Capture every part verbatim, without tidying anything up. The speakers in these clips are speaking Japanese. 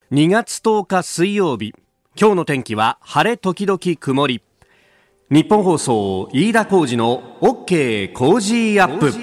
にがつとおか水曜日、今日の天気は晴れ時々曇り。日本放送飯田浩司の OK 工事アップ。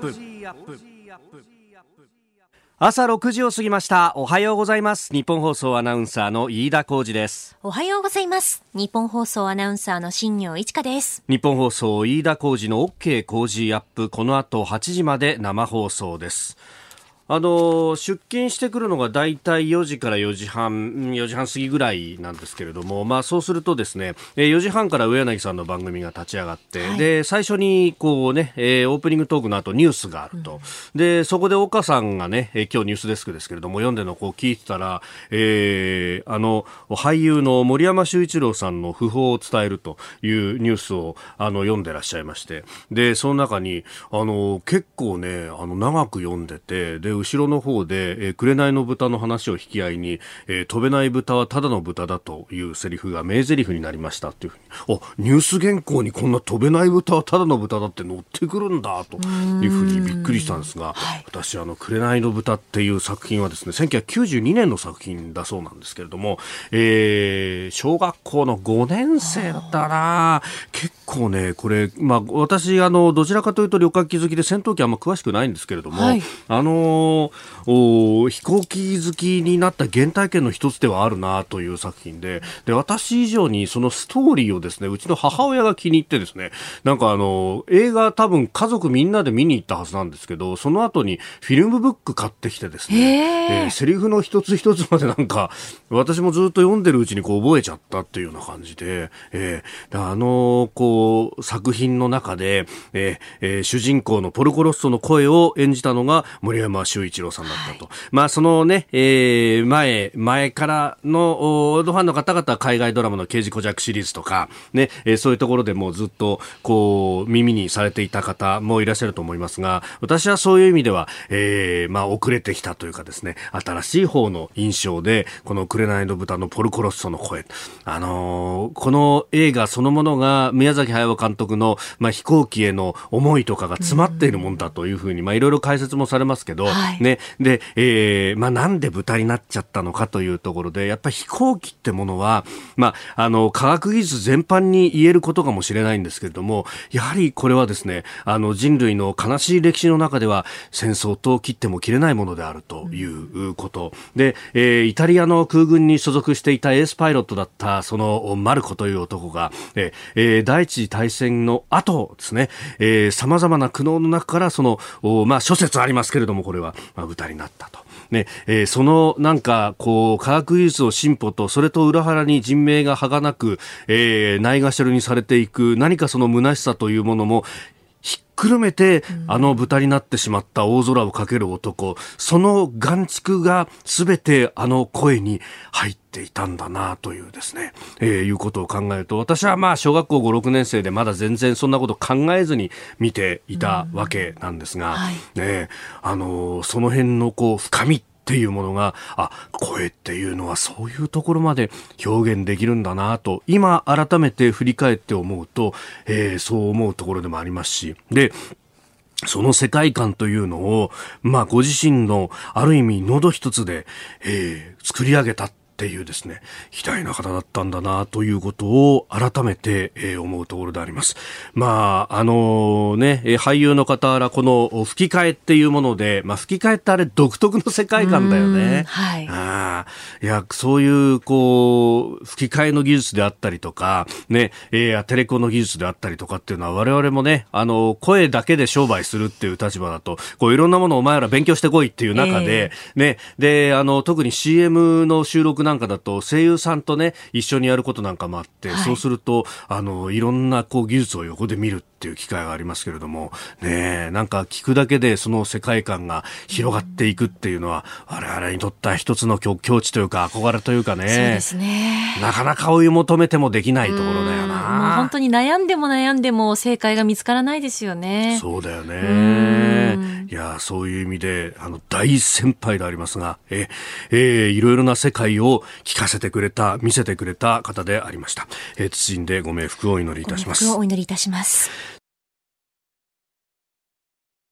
朝ろくじを過ぎました。おはようございます。日本放送アナウンサーの飯田浩司です。 おはようございます。日本放送アナウンサーの新業一華です。 日本放送飯田浩司の OK 工事アップ、この後はちじまで生放送です。あの出勤してくるのがだいたいよじからよじはん、よじはん過ぎぐらいなんですけれども、まあ、そうするとですね、よじはんから上柳さんの番組が立ち上がって、はい、で最初にこう、ね、オープニングトークの後ニュースがあると、うん、でそこで岡さんがね、今日ニュースデスクですけれども読んでのこう聞いてたら、えー、あの俳優の森山修一郎さんの訃報を伝えるというニュースをあの読んでらっしゃいまして、でその中にあの結構ねあの長く読んでて、で後ろの方で、えー、紅の豚の話を引き合いに、えー、飛べない豚はただの豚だというセリフが名台詞になりましたっていうふうに、あ、ニュース原稿にこんな飛べない豚はただの豚だって載ってくるんだというふうにびっくりしたんですが、はい、私あの紅の豚っていう作品はですねせんきゅうひゃくきゅうじゅうにねんの作品だそうなんですけれども、えー、小学校のごねん生だったな。結構ねこれ、まあ、私あのどちらかというと旅客機好きで戦闘機あんま詳しくないんですけれども、はい、あのー、飛行機好きになった原体験の一つではあるなという作品で、で私以上にそのストーリーをですねうちの母親が気に入ってですね、なんかあの映画多分家族みんなで見に行ったはずなんですけど、その後にフィルムブック買ってきてですね、えー、セリフの一つ一つまでなんか私もずっと読んでるうちにこう覚えちゃったっていうような感じで、えー、あのこう作品の中で、えーえー、主人公のポルコロッソの声を演じたのが森山修一郎さんだったと、はい、まあそのね、えー、前前からのオールドファンの方々は海外ドラマの刑事コジャックシリーズとかね、えー、そういうところでもうずっとこう耳にされていた方もいらっしゃると思いますが、私はそういう意味では、えー、まあ遅れてきたというかですね、新しい方の印象でこの紅の豚のポルコロッソの声、あのー、この映画そのものが宮崎駿監督の、まあ、飛行機への思いとかが詰まっているもんだというふうに、まあいろいろ解説もされますけど、はい、ね、で、えー、まあなんで豚になっちゃったのかというところで、やっぱり飛行機ってものは、まああの科学技術全般に言えることかもしれないんですけれども、やはりこれはですね、あの人類の悲しい歴史の中では戦争と切っても切れないものであるということ、うん、で、えー、イタリアの空軍に所属していたエースパイロットだったそのマルコという男が、えー、第一次大戦の後ですね、えー、様々な苦悩の中からその、まあ諸説ありますけれども、これは、まあ、豚になったと。ねえー、そのなんかこう科学技術の進歩とそれと裏腹に人命が儚く、えー、ないがしろにされていく何かその虚しさというものもひっくるめて、あの豚になってしまった大空をかける男、その眼蓄がすべてあの声に入っていたんだなというですね、えー、いうことを考えると、私はまあ小学校ご、ろくねん生でまだ全然そんなこと考えずに見ていたわけなんですが、はい、ね、あのー、その辺のこう深みっていうものが、あ、声っていうのはそういうところまで表現できるんだなと今改めて振り返って思うと、えー、そう思うところでもありますし、でその世界観というのを、まあご自身のある意味喉一つで、えー、作り上げたっていうですね、偉大な方だったんだなということを改めて、えー、思うところであります。まああのね、俳優の方らこの吹き替えっていうもので、まあ吹き替えってあれ独特の世界観だよね。はい。あいやそういうこう吹き替えの技術であったりとかね、えー、テレコの技術であったりとかっていうのは我々もね、あの声だけで商売するっていう立場だとこういろんなものをお前ら勉強してこいっていう中で、えー、ねであの特に シーエム の収録なんかだと声優さんとね一緒にやることなんかもあって、はい、そうするとあのいろんなこう技術を横で見るっていう機会がありますけれどもね、なんか聞くだけでその世界観が広がっていくっていうのは、うん、我々にとっては一つの境地というか憧れというかね、そうですね、なかなか追い求めてもできないところだよな。 もう本当に悩んでも悩んでも正解が見つからないですよね。 そうだよね。いやそういう意味であの大先輩でありますが、え、えー、いろいろな世界を聞かせてくれた見せてくれた方でありました。えー、謹んでご冥福をお祈りいたします。 ご冥福をお祈りいたします。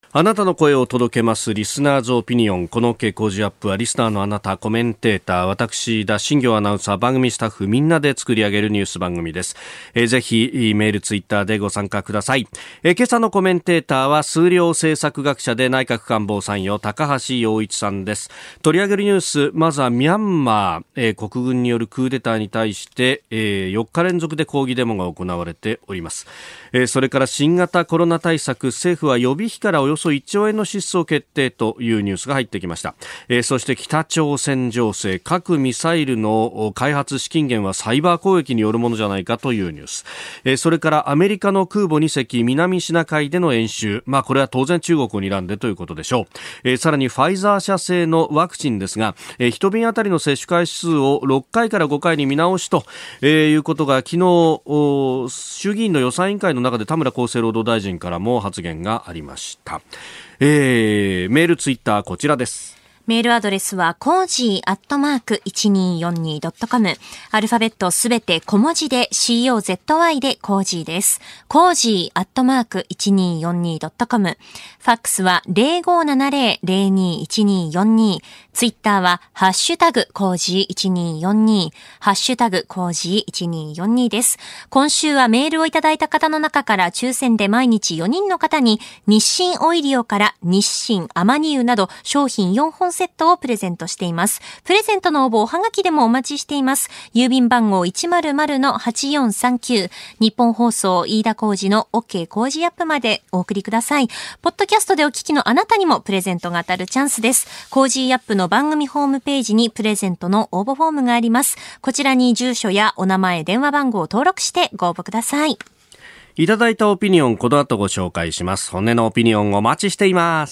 あなたの声を届けますリスナーズオピニオン。この OK 工事アップはリスナーのあなた、コメンテーター、私田新行アナウンサー、番組スタッフみんなで作り上げるニュース番組です。えー、ぜひメールツイッターでご参加ください。えー、今朝のコメンテーターは数量政策学者で内閣官房参与高橋洋一さんです。取り上げるニュース、まずはミャンマー、えー、国軍によるクーデターに対して、えー、よっか連続で抗議デモが行われております。えー、それから新型コロナ対策、政府は予備費からおよそいっちょうえんの支出を決定というニュースが入ってきました。えー、そして北朝鮮情勢、核ミサイルの開発資金源はサイバー攻撃によるものじゃないかというニュース、えー、それからアメリカの空母にせき南シナ海での演習、まあこれは当然中国を睨んでということでしょう。えー、さらにファイザー社製のワクチンですが、えー、一瓶あたりの接種回数をろっかいからごかいに見直しと、えー、いうことが昨日衆議院の予算委員会の中で田村厚生労働大臣からも発言がありました。えー、メールツイッターこちらです。 メールアドレスはコージーアットマーク いちにーよんにードットコム。アルファベットすべて小文字で シーオーゼットワイ でコージーです。コージーアットマーク いちにーよんにードットコム。ファックスは ゼロごーななゼロ ゼロにーいちにーよんにー。ツイッターはハッシュタグコージーいちにーよんにー。ハッシュタグコージーいちにーよんにーです。今週はメールをいただいた方の中から抽選で毎日よにんの方に日清オイリオから日清アマニ油など商品よんほんセットをプレゼントしています。プレゼントの応募おはがきでもお待ちしています。郵便番号 いちまるまるのはちよんさんきゅう、日本放送飯田浩司の OK 工事アップまでお送りください。ポッドキャストでお聞きのあなたにもプレゼントが当たるチャンスです。工事アップの番組ホームページにプレゼントの応募フォームがあります。こちらに住所やお名前、電話番号を登録してご応募ください。 いただいたオピニオン、この後ご紹介します。本音のオピニオンお待ちしています。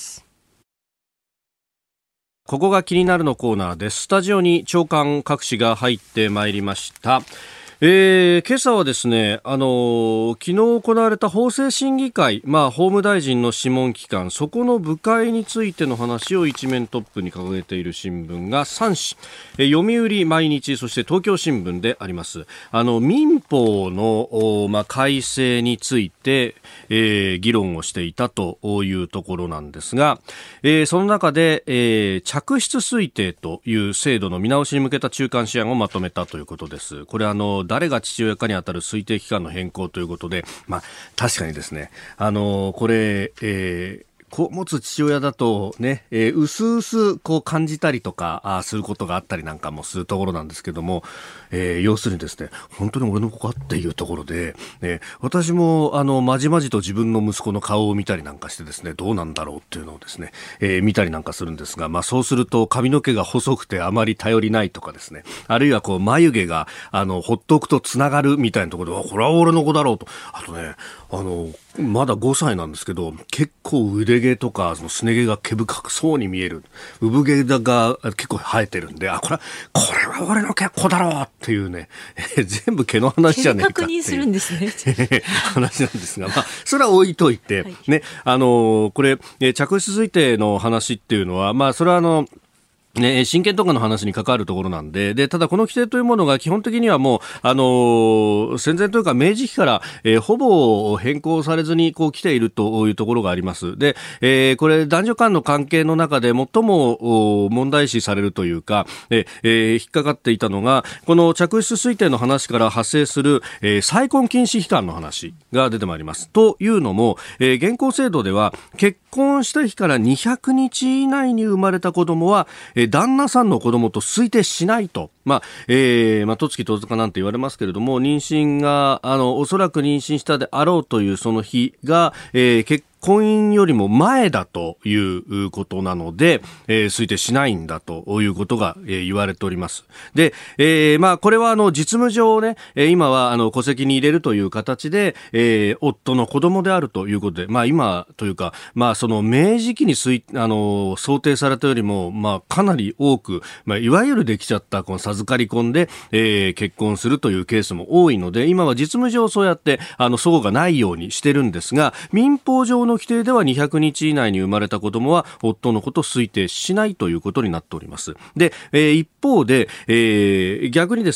ここが気になるのコーナーです。スタジオに長官各紙が入ってまいりました。えー、今朝はですね、あのー、昨日行われた法制審議会、まあ、法務大臣の諮問機関、そこの部会についての話を一面トップに掲げている新聞がさんしん、えー、読売毎日、そして東京新聞であります。あの、民法の、まあ、改正について、えー、議論をしていたというところなんですが、えー、その中で、えー、嫡出推定という制度の見直しに向けた中間試案をまとめたということです。これあの、誰が父親かにあたる推定期間の変更ということで、まあ、確かにですね、あのこれ、えー子持つ父親だとね、えー、うすうすこう感じたりとかあすることがあったりなんかもするところなんですけども、えー、要するにですね、本当に俺の子かっていうところで、ね、私もあのまじまじと自分の息子の顔を見たりなんかしてですね、どうなんだろうっていうのをですね、えー、見たりなんかするんですが、まあそうすると髪の毛が細くてあまり頼りないとかですね、あるいはこう眉毛があのほっとくとつながるみたいなところで、これは俺の子だろうと、あとね、あのまだごさいなんですけど、結構腕毛とかそのすね毛が毛深くそうに見える、産毛が結構生えてるんで、あ、これはこれは俺の子だろうっていうね、えー、全部毛の話じゃねえかっていう確認するんですね話なんですが、まあそれは置いといて、はい、ね、あのこれ、えー、嫡出推定の話っていうのは、まあそれはあのね、親権とかの話に関わるところなんで、で、ただこの規定というものが基本的にはもう、あのー、戦前というか明治期から、えー、ほぼ変更されずにこう来ているというところがあります。で、えー、これ男女間の関係の中で最も問題視されるというか、えー、引っかかっていたのが、この嫡出推定の話から発生する、えー、再婚禁止期間の話が出てまいります。というのも、えー、現行制度では結婚した日からにひゃくにち以内に生まれた子供は、えー旦那さんの子供と推定しないと、まあえーまあ、とつきとおずかなんて言われますけれども、妊娠があのおそらく妊娠したであろうというその日が、えー、結婚姻よりも前だということなので、えー、推定しないんだということが、えー、言われております。で、えー、まあこれはあの実務上ね、今はあの戸籍に入れるという形で、えー、夫の子供であるということで、まあ今というか、まあその明治期に推あの想定されたよりも、まあかなり多く、まあいわゆるできちゃったこの授かり婚で、えー、結婚するというケースも多いので、今は実務上そうやってあの齟齬がないようにしてるんですが、民法上の規定ではにひゃくにち以内に生まれた子供は夫の子と推定しないということになっております。で、えー、一方で、えー、逆にですね、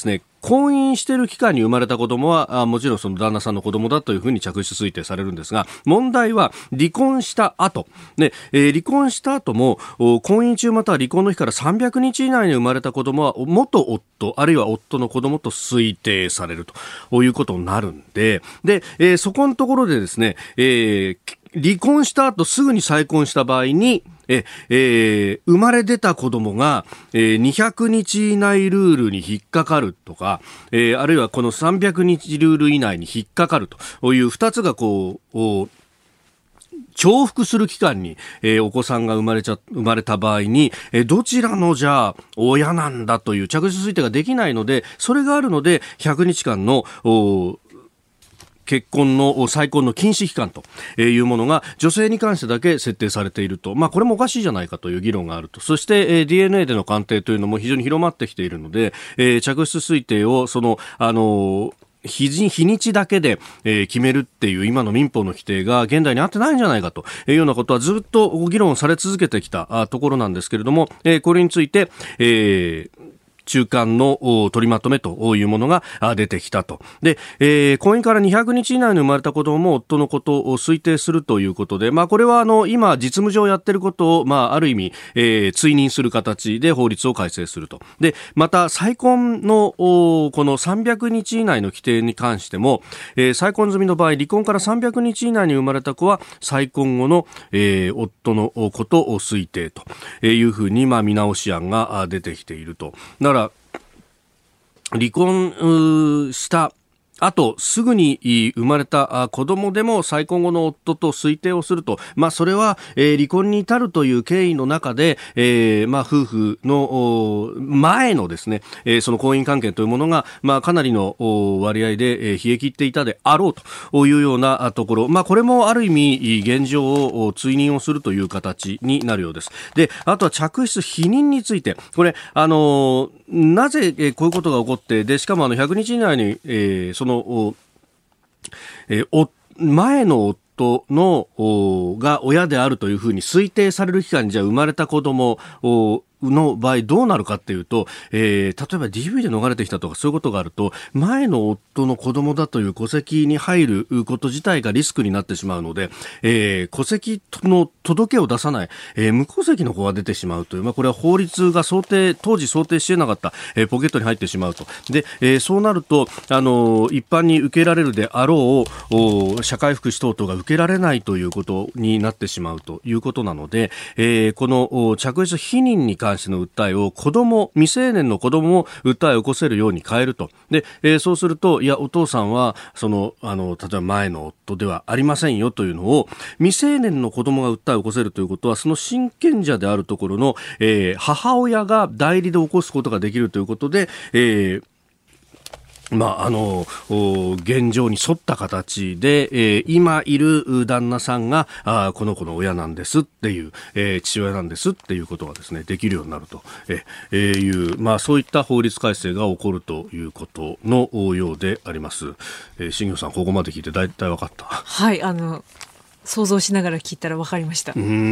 婚姻している期間に生まれた子供はあもちろんその旦那さんの子供だというふうに嫡出推定されるんですが、問題は離婚した後、ねえー、離婚した後も婚姻中または離婚の日からさんびゃくにち以内に生まれた子供は元夫あるいは夫の子供と推定されるということになるんで、で、えー、そこのところでですね、えー、離婚した後すぐに再婚した場合にえ、えー、生まれ出た子供が、えー、にひゃくにち以内ルールに引っかかるとか、えー、あるいはこのさんびゃくにちルール以内に引っかかるという二つがこう重複する期間に、えー、お子さんが生まれちゃ、生まれた場合に、えー、どちらのじゃあ親なんだという着実推定ができないので、それがあるのでひゃくにちかんの結婚の再婚の禁止期間というものが女性に関してだけ設定されていると、まあ、これもおかしいじゃないかという議論があると。そして、えー、ディーエヌエー での鑑定というのも非常に広まってきているので、えー、着出推定をそのあのー日, 日にちだけで、えー、決めるっていう今の民法の規定が現代に合ってないんじゃないかというようなことはずっと議論され続けてきたところなんですけれども、えー、これについて、えー中間の取りまとめというものが出てきたと。で、えー、婚姻からにひゃくにち以内に生まれた子供も夫のことを推定するということで、まあこれはあの今実務上やってることを、まあある意味、えー、追認する形で法律を改正すると。で、また再婚のこのさんびゃくにち以内の規定に関しても、えー、再婚済みの場合、離婚からさんびゃくにち以内に生まれた子は再婚後の、えー、夫のことを推定というふうに、まあ見直し案が出てきていると。だから離婚したあとすぐに生まれた子供でも再婚後の夫と推定をすると、まあ、それは、えー、離婚に至るという経緯の中で、えーまあ、夫婦の前のですね、えー、その婚姻関係というものが、まあ、かなりの割合で、えー、冷え切っていたであろうというようなところ、まあ、これもある意味現状を追認をするという形になるようです。で、あとは嫡出否認について、これあのなぜこういうことが起こって、でしかもあのひゃくにち以内に、えー、そのえー、お前の夫のが親であるというふうに推定される期間にじゃあ生まれた子供の場合どうなるかっていうと、えー、例えば ディーブイ で逃れてきたとかそういうことがあると前の夫の子供だという戸籍に入ること自体がリスクになってしまうので、えー、戸籍の届けを出さない、えー、無戸籍の子が出てしまうという、まあ、これは法律が想定当時想定していなかった、えー、ポケットに入ってしまうと。で、えー、そうなると、あのー、一般に受けられるであろう社会福祉等々が受けられないということになってしまうということなので、えー、この嫡出否認に関しての訴えを子供未成年の子供も訴えを起こせるように変えると。で、えー、そうするといやお父さんはそのあの例えば前の夫ではありませんよというのを未成年の子供が訴えを起こせるということはその親権者であるところの、えー、母親が代理で起こすことができるということで、えーまあ、あの現状に沿った形で、えー、今いる旦那さんがあこの子の親なんですっていう、えー、父親なんですっていうことがですねできるようになると、えー、いう、まあ、そういった法律改正が起こるということのようであります。えー、新業さんここまで聞いて大体分かった？はい、あの想像しながら聞いたら分かりました。 うーん、うん、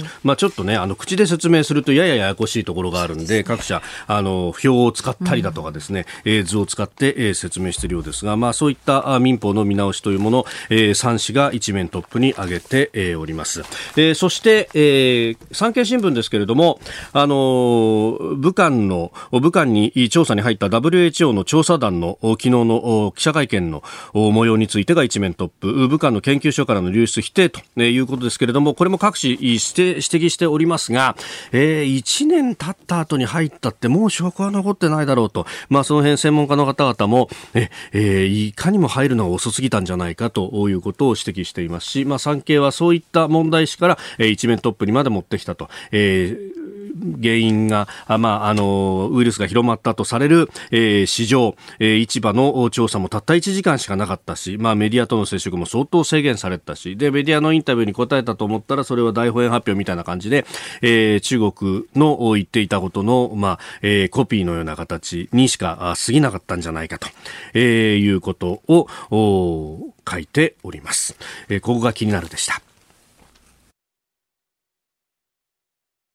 まあ、ちょっとねあの口で説明するとややややこしいところがあるん で, で、ね、各社あの表を使ったりだとかですね、うん、えー、図を使って、えー、説明しているようですが、まあ、そういった民法の見直しというもの、えー、さん紙が一面トップに挙げて、えー、おります。えー、そして、えー、産経新聞ですけれども、あの武漢の武漢に調査に入った ダブリューエイチオー の調査団の昨日の記者会見の模様についてが一面トップ、武漢の研究所からの流出否定ということですけれども、これも各紙指摘しておりますが、えー、いちねん経った後に入ったってもう証拠は残ってないだろうと、まあ、その辺専門家の方々もえ、えー、いかにも入るのが遅すぎたんじゃないかということを指摘していますし、まあ、産経はそういった問題視から、えー、一面トップにまで持ってきたと、えー原因が、まあ、あのウイルスが広まったとされる、えー、市場、えー、市場の調査もたったいちじかんしかなかったし、まあ、メディアとの接触も相当制限されたし、でメディアのインタビューに答えたと思ったらそれは大本営発表みたいな感じで、えー、中国の言っていたことの、まあえー、コピーのような形にしか過ぎなかったんじゃないかと、えー、いうことを書いております。えー、ここが気になるでした。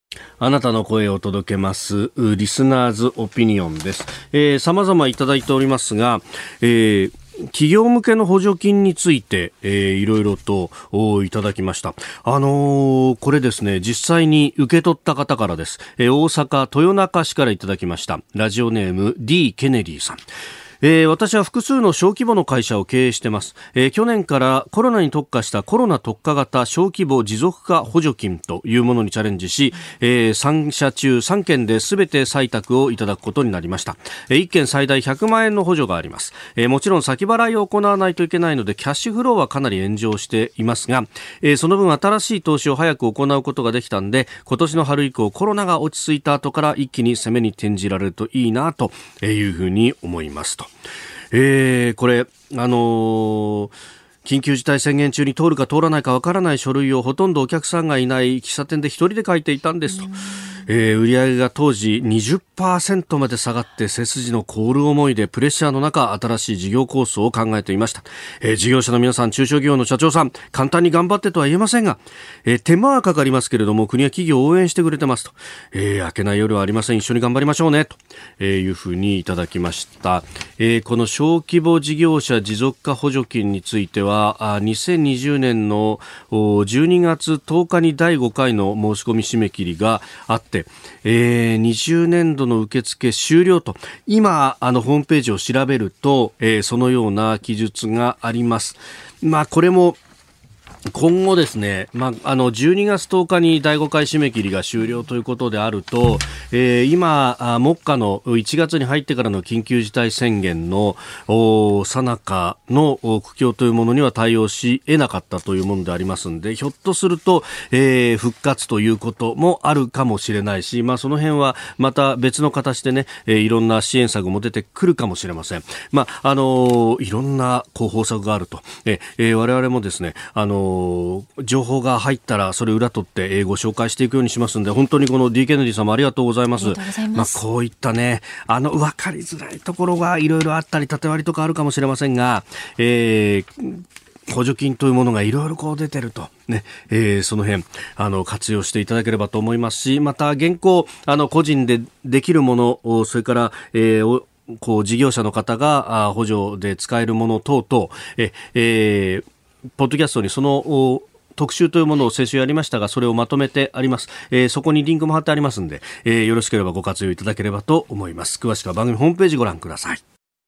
あなたの声を届けますリスナーズオピニオンです。えー、様々いただいておりますが、えー企業向けの補助金について、えー、いろいろといただきました。あのー、これですね、実際に受け取った方からです。えー、大阪豊中市からいただきました。ラジオネーム D ケネディさん。えー、私は複数の小規模の会社を経営しています。えー、去年からコロナに特化したコロナ特化型小規模持続化補助金というものにチャレンジし、えー、さん社中さん件で全て採択をいただくことになりました。えー、いっ件最大ひゃくまん円の補助があります。えー、もちろん先払いを行わないといけないのでキャッシュフローはかなり炎上していますが、えー、その分新しい投資を早く行うことができたんで、今年の春以降コロナが落ち着いた後から一気に攻めに転じられるといいなというふうに思いますと。えー、これあのー緊急事態宣言中に通るか通らないかわからない書類をほとんどお客さんがいない喫茶店で一人で書いていたんですと、えー、売上が当時 にじゅっパーセント まで下がって背筋の凍る思いでプレッシャーの中新しい事業構想を考えていました。えー、事業者の皆さん、中小企業の社長さん、簡単に頑張ってとは言えませんが、えー、手間はかかりますけれども国や企業を応援してくれてますと、えー、明けない夜はありません、一緒に頑張りましょうねと、えー、いうふうにいただきました。えー、この小規模事業者持続化補助金についてはにせんにじゅうねんのじゅうにがつとおかにだいごかいの申し込み締め切りがあって、えー、にじゅうねんどの受付終了と今あのホームページを調べると、えー、そのような記述があります。まあこれも今後ですね、まあ、あのじゅうにがつとおかにだいごかい締め切りが終了ということであると、えー、今目下のいちがつに入ってからの緊急事態宣言の最中の苦境というものには対応し得なかったというものでありますので、ひょっとすると、えー、復活ということもあるかもしれないし、まあ、その辺はまた別の形でね、えー、いろんな支援策も出てくるかもしれません。まああのー、いろんなこう方策があると、えー、我々もですね、あのー情報が入ったらそれ裏取ってご紹介していくようにしますので、本当にこの D ケネディさんもありがとうございます。 ありがとうございます。 まあ、こういったね、あの分かりづらいところがいろいろあったり縦割りとかあるかもしれませんが、えー、補助金というものがいろいろこう出てるとね、えー、その辺あの活用していただければと思いますし、また現行あの個人でできるもの、それから、えーこう事業者の方が補助で使えるもの等々、え、えーポッドキャストにその特集というものを先週やりましたが、それをまとめてあります。えー、そこにリンクも貼ってありますので、えー、よろしければご活用いただければと思います。詳しくは番組ホームページご覧ください。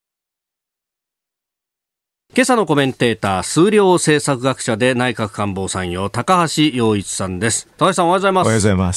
今朝のコメンテーター、数量政策学者で内閣官房参与高橋洋一さんです。高橋さん、おはようございます。 おはようございます。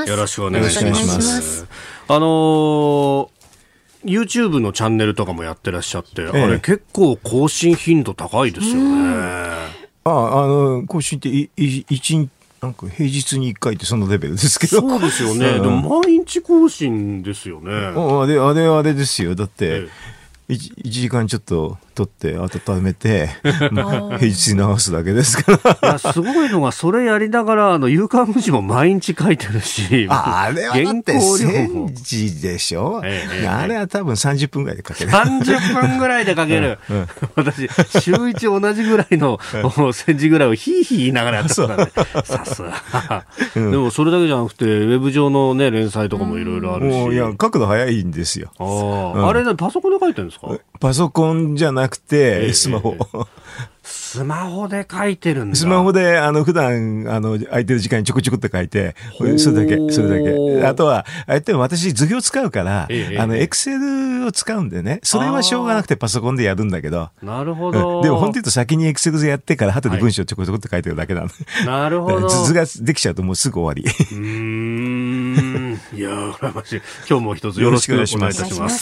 よろしくお願いします。 ますあのーYouTube のチャンネルとかもやってらっしゃって、ええ、あれ結構更新頻度高いですよね。 ああ、あの更新っていい一日なんか平日にいっかいってそのレベルですけど。 そうですよね。うん、でも毎日更新ですよね。 あれあれあれですよ。だって、ええ、いち, いちじかんちょっと取って温めて平日に直すだけですからいやすごいのがそれやりながらあの夕刊フジも毎日書いてるし、 あ, あれはだって戦時でしょ、ええ、あれは多分さんじゅっぷんぐらいで書ける。 さんじゅっぷんぐらいで書ける、うんうん、私週いち同じぐらいの戦時ぐらいをヒーヒー言いながらやってたからね、さすが、うん、でもそれだけじゃなくてウェブ上の、ね、連載とかもいろいろあるし、 もういや書くの早いんですよ。 あ、うん、あれパソコンで書いてるんですか？ パソコンじゃなくて、えー、スマホ、えー、 スマホで書いてるんだ。 スマホであの普段あの空いてる時間にちょこちょこって書いて、それだけそれだけ。あとはあえて私図表使うから、えー、あのエクセルを使うんでね、それはしょうがなくてパソコンでやるんだけど。 なるほど。 うん、でも本当に言うと先にエクセルでやってから後で文章ちょこちょこって書いてるだけなの。 はい、なるほど。 図ができちゃうともうすぐ終わり。 うーん。いやー羨ましい。今日も一つよろしくお願いいたします。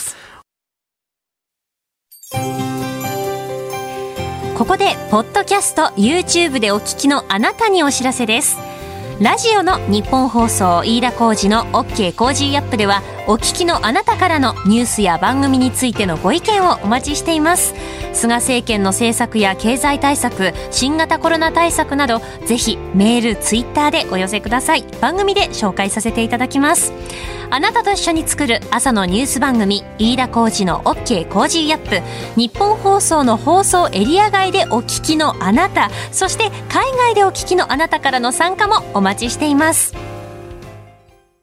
ここでポッドキャスト YouTube でお聞きのあなたにお知らせです。ラジオの日本放送飯田浩司の OK コージーアップではお聞きのあなたからのニュースや番組についてのご意見をお待ちしています。菅政権の政策や経済対策、新型コロナ対策などぜひメール、ツイッターでお寄せください。番組で紹介させていただきます。あなたと一緒に作る朝のニュース番組飯田浩司の OK コージーアップ、日本放送の放送エリア外でお聞きのあなた、そして海外でお聞きのあなたからの参加もお待ちしています。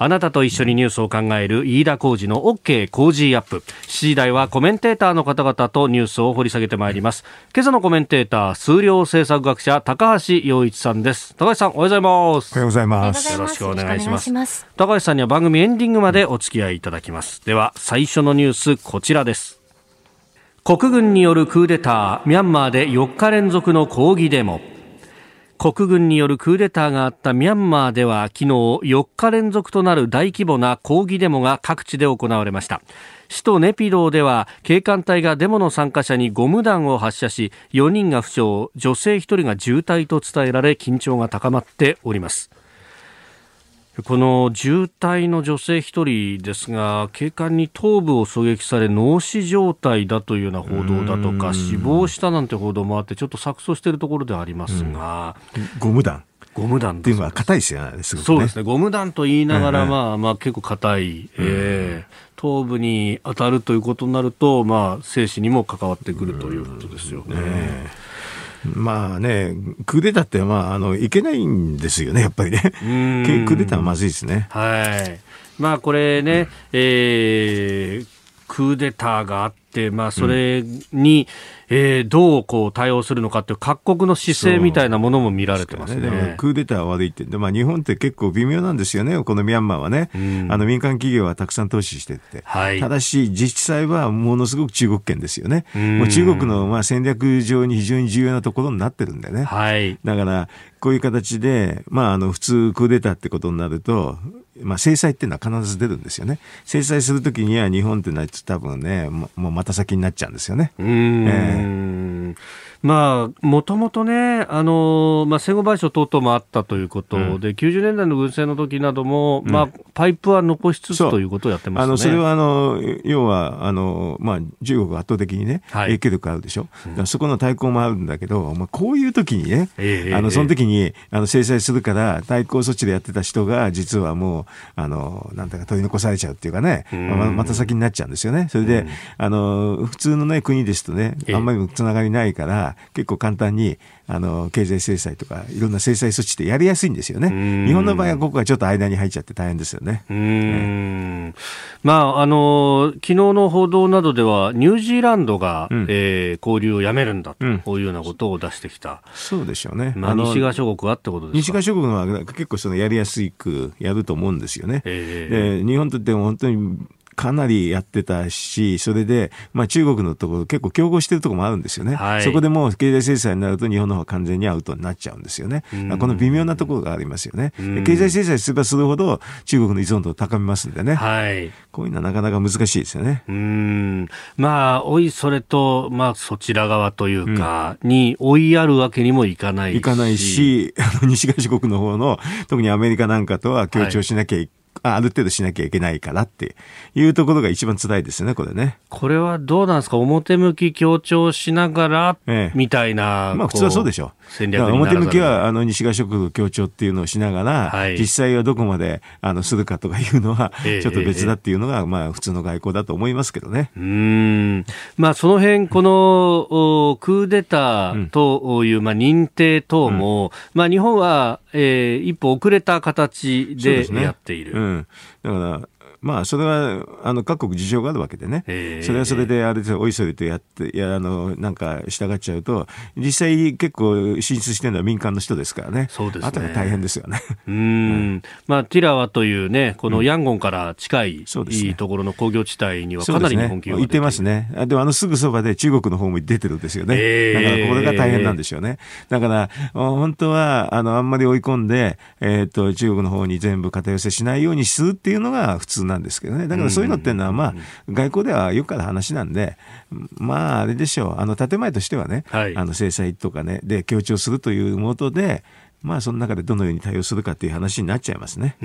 あなたと一緒にニュースを考える飯田浩司の OK 工事アップ。しちじ台はコメンテーターの方々とニュースを掘り下げてまいります。今朝のコメンテーター、数量政策学者高橋洋一さんです。高橋さん、おはようございます。 おはようございます。 よろしくお願いします。高橋さんには番組エンディングまでお付き合いいただきます。では最初のニュース、こちらです。国軍によるクーデター、ミャンマーでよっか連続の抗議デモ。国軍によるクーデターがあったミャンマーでは昨日よっか連続となる大規模な抗議デモが各地で行われました。首都ネピドーでは警官隊がデモの参加者にゴム弾を発射し、よにんが負傷、女性ひとりが重体と伝えられ、緊張が高まっております。この重体の女性一人ですが、警官に頭部を狙撃され脳死状態だというような報道だとか、死亡したなんて報道もあって、ちょっと錯綜しているところではありますが、 ゴム弾ゴム弾っていうのは硬いですよね。すごくね。 そうですね。ゴム弾と言いながら、まあまあ結構硬い、えー、頭部に当たるということになると、まあ生死にも関わってくるということですよね。 まあね、クーデターって、まあ、あのいけないんですよね、やっぱりね。クーデターはまずいですね。 はい。まあこれね、うん、えー、クーデターがあって、まあそれに、うん、えー、どうこう対応するのかという各国の姿勢みたいなものも見られてますね。 でもクーデターは悪いってで、まあ、日本って結構微妙なんですよね。このミャンマーはね、うん、あの民間企業はたくさん投資してって、はい、ただし実際はものすごく中国圏ですよね。うん、もう中国のまあ戦略上に非常に重要なところになってるんだよね。はい、だからこういう形で、まあ、あの普通クーデターってことになると、まあ、制裁っていうのは必ず出るんですよね。制裁するときには日本ってのは多分ね、もうまた先になっちゃうんですよね。うーん、えーまあ、もともとね、あの、まあ、戦後賠償等々もあったということで、うん、きゅうじゅうねんだいの軍政の時なども、うん、まあ、パイプは残しつつということをやってますね。 あの、それは、あの、要は、あの、まあ、中国は圧倒的にね、はい、影響力あるでしょ。だからそこの対抗もあるんだけど、まあ、こういう時にね、えー、あの、その時に、あの、制裁するから、対抗措置でやってた人が、実はもう、あの、なんだか取り残されちゃうっていうかね、まあ、また先になっちゃうんですよね。それで、あの、普通のね、国ですとね、あんまりつながりないから、結構簡単にあの経済制裁とかいろんな制裁措置ってやりやすいんですよね。日本の場合はここがちょっと間に入っちゃって大変ですよね。うーん、 ね、まああの昨日の報道などではニュージーランドが、うんえー、交流をやめるんだと、うん、こういうようなことを出してきた。 そうでしょうね。 まあ、西側諸国はってことですか。 西側諸国は結構そのやりやすくやると思うんですよね。えー、で日本とっても本当にかなりやってたし、それで、まあ、中国のところ結構競合してるところもあるんですよね、はい、そこでもう経済制裁になると日本の方が完全にアウトになっちゃうんですよね。この微妙なところがありますよね。経済制裁すればするほど中国の依存度を高めますんでね、はい、こういうのはなかなか難しいですよね。 うーん、まあおいそれと、まあ、そちら側というか、うん、に追いやるわけにもいかないし、 いかないし、あの西側諸国の方の特にアメリカなんかとは協調しなきゃいけない、はい、ある程度しなきゃいけないからっていうところが一番辛いですね、これね。 これはどうなんですか、表向き強調しながら、ええ、みたいな、 まあ普通はそうでしょう。戦略にならざる。表向きはあの西側諸国強調っていうのをしながら、はい、実際はどこまであのするかとかいうのはちょっと別だっていうのが、ええ、まあ普通の外交だと思いますけどね。 うーん、まあその辺このクーデターという、まあ認定等も、うん、まあ日本は、えー、一歩遅れた形でやっている。 うん、だからまあそれはあの各国事情があるわけでね、それはそれであれでおいそれとやってやあのなんか従っちゃうと実際結構進出してるのは民間の人ですからね。そうですね。あとは大変ですよね。 うーん、うん、まあティラワというねこのヤンゴンから近い、うんね、いいところの工業地帯にはかなり日本企業が出ている。 行ってますね。でもあのすぐそばで中国の方も出てるんですよね。だからこれが大変なんでしょうね。だから本当はあのあんまり追い込んでえっと中国の方に全部肩寄せしないようにするっていうのが普通なんですけどね。だからそういうのっていうのは、まあ、外交ではよくある話なんで、まあ、あれでしょう。あの、建前としてはね、はい、あの、制裁とかね、で、強調するというもとで、まあ、その中でどのように対応するかという話になっちゃいますね。 うん、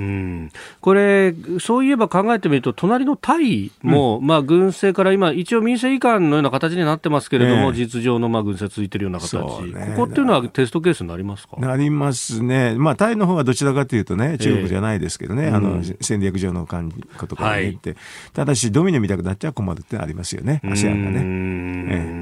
これ、そういえば考えてみると、隣のタイも、うん、まあ、軍政から今、一応民政移管のような形になってますけれども、えー、実情のまあ軍政続いているような形、ね、ここっていうのはテストケースになりますか？ なりますね。まあ、タイの方はどちらかというとね、中国じゃないですけどね、えー、あの、うん、戦略上の関係とかに言って、はい、ただし、ドミノ見たくなっちゃ困るってありますよね、アセアン がね。えー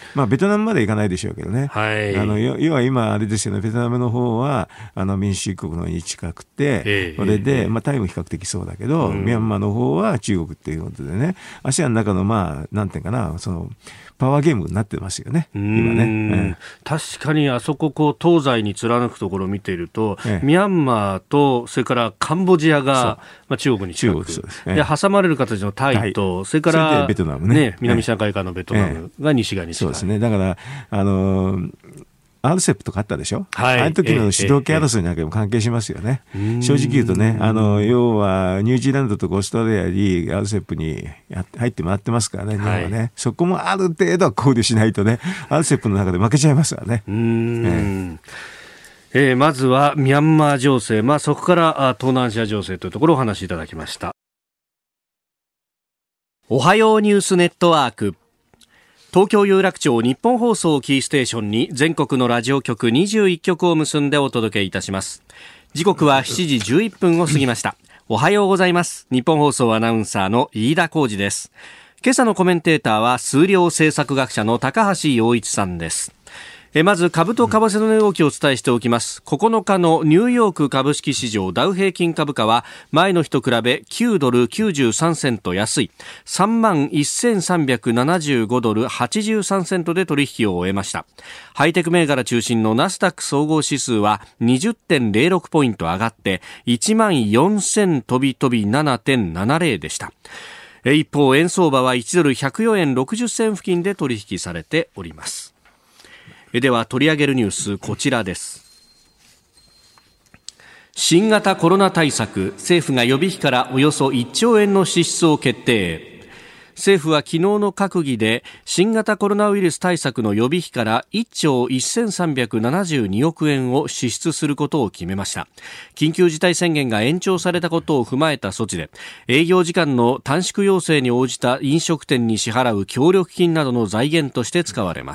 まあ、ベトナムまで行かないでしょうけどね。 はい、 あの要は今あれですよね、ベトナムの方はあの民主主義国のに近くて、えー、それで、えーまあ、タイも比較的そうだけど、うん、ミャンマーの方は中国っていうことでね、アシアンの中のまあなんていうかな、そのパワーゲームになってますよね、今ね、ええ、確かにあそここう東西に貫くところを見ていると、ええ、ミャンマーとそれからカンボジアが、まあ、中国に近く、中国、ええ、で挟まれる形のタイと、はい、それからベトナムね、 ね、南シナ海側のベトナムが西側に近い、 そうですね、だからあのーアールセップ とかあったでしょ、はい、ああいう時の主導権争いなんかも関係しますよね、えええ、正直言うとね、あの要はニュージーランドとかオーストラリアに アールセップ に入ってもらってますからね、日本はね、はい、そこもある程度は考慮しないとね アールセップ の中で負けちゃいますからね。うーん、 えええー、まずはミャンマー情勢、まあ、そこから東南アジア情勢というところをお話しいただきました。おはようニュースネットワーク、東京有楽町日本放送キーステーションに全国のラジオ局にじゅういっきょくを結んでお届けいたします。時刻はしちじじゅういっぷんを過ぎました。おはようございます。日本放送アナウンサーの飯田浩司です。今朝のコメンテーターは数量政策学者の高橋洋一さんです。えまず株と為替の値動きをお伝えしておきます。ここのかのニューヨーク株式市場ダウ平均株価は前の日と比べきゅうドルきゅうじゅうさんセント安い さんまんせんさんびゃくななじゅうごドルはちじゅうさんセントで取引を終えました。ハイテク銘柄中心のナスダック総合指数は にじゅってんぜろろく ポイント上がって いちまんよんせん飛び飛び ななてんななぜろ でした。一方円相場はいちドルひゃくよんえんろくじゅっせん付近で取引されております。では取り上げるニュース、こちらです。新型コロナ対策、政府が予備費からおよそいっちょうえんの支出を決定。政府は昨日の閣議で新型コロナウイルス対策の予備費からいっちょうせんさんびゃくななじゅうにおくえんを支出することを決めました。緊急事態宣言が延長されたことを踏まえた措置で、営業時間の短縮要請に応じた飲食店に支払う協力金などの財源として使われます。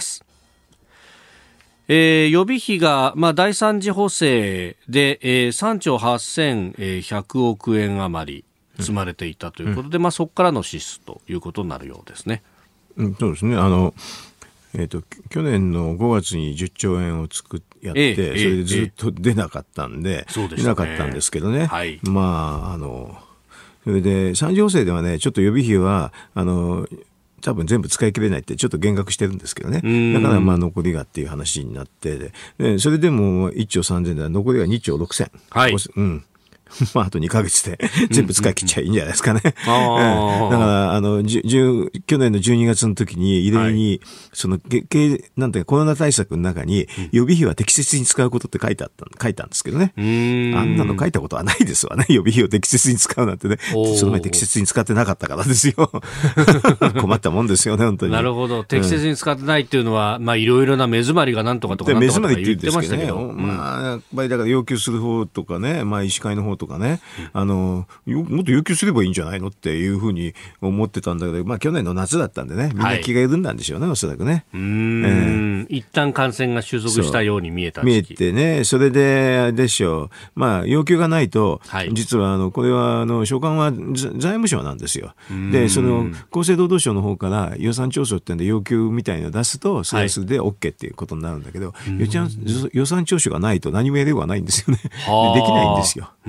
えー、予備費が、まあ、第三次補正で、えー、さんちょうはっせんひゃくおくえん余り積まれていたということで、うんまあ、そこからの支出ということになるようですね。 うん、そうですね。あの、えーと、去年のごがつにじゅっちょうえんを作っやって、えー、それでずっと出なかったんで、えー、出なかったんですけどね。はい、まあ、あの、それで三次補正ではね、ちょっと予備費は、あの、多分全部使い切れないってちょっと減額してるんですけどね。だからまあ残りがっていう話になって、でそれでもいっちょうさんぜんで残りがにちょうろくせん。はい。うん。まあ、あとにかげつで全部使い切っちゃいいんじゃないですかね。うんうんうん、だから、あの、じゅ去年のじゅうにがつの時に、異例に、はい、その、けなんていうか、コロナ対策の中に、予備費は適切に使うことって書いてあった、書いたんですけどね。あんなの書いたことはないですわね。予備費を適切に使うなんてね。その前適切に使ってなかったからですよ。困ったもんですよね、本当に。 なるほど。適切に使ってないっていうのは、うん、まあ、いろいろな目詰まりがなんとかとかなんとかとか言ってましたけど。 ね、まあ、やっぱりだから要求する方とかね、まあ、医師会の方とかね、あのもっと要求すればいいんじゃないのっていうふうに思ってたんだけど、まあ、去年の夏だったんでね、みんな気が緩んだんでしょうね、はい、おそらくね。 うーん、えー、一旦感染が収束したように見えた時期。 見えてね、それであれでしょう、まあ、要求がないと、はい、実はあのこれはあの所管は財務省なんですよ。で、その厚生労働省の方から予算調査ってんで要求みたいなのを出すと、それはそれで OK っていうことになるんだけど、はい、予算調査がないと何もやれようがないんですよね。できないんですよ。うん、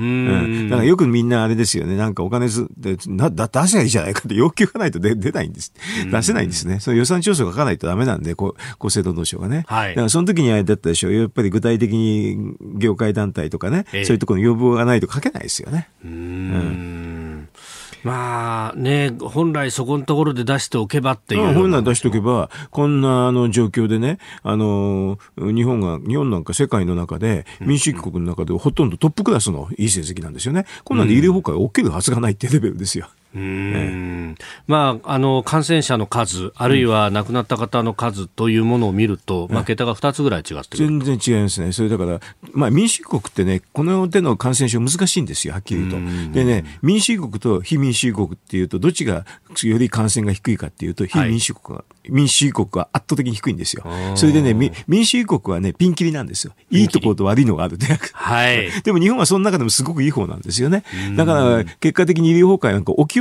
だからよくみんなあれですよね、なんかお金ずでなだ出せばいいじゃないかって要求がないと 出, 出ないんです。出せないんですね。その予算調査が書かないとダメなんで、こう厚生労働省がね。はい、だからその時にあれだったでしょう。やっぱり具体的に業界団体とかね、えー、そういうところの要望がないと書けないですよね。うーん、 うんまあね、本来そこのところで出しておけばっていう。 本来出しておけば、こんなあの状況でね、あの、日本が、日本なんか世界の中で、民主主義国の中でほとんどトップクラスのいい成績なんですよね。こんなんで医療崩壊が起きるはずがないってレベルですよ。うーん、ええ、まあ、あの感染者の数あるいは亡くなった方の数というものを見ると、うんまあ、桁がふたつぐらい違ってる。 全然違いますね。それだから、まあ、民主主義国ってね、この手の感染症難しいんですよ、はっきり言うと。でね、民主主義国と非民主主義国っていうとどっちがより感染が低いかっていうと、非民主主義国が、はい、民主主義国は圧倒的に低いんですよ。それでね、民主主義国はね、ピンキリなんですよ。いいところと悪いのがあるで、はい、でも日本はその中でもすごくいい方なんですよね。だから結果的に医療崩壊なんか起きよ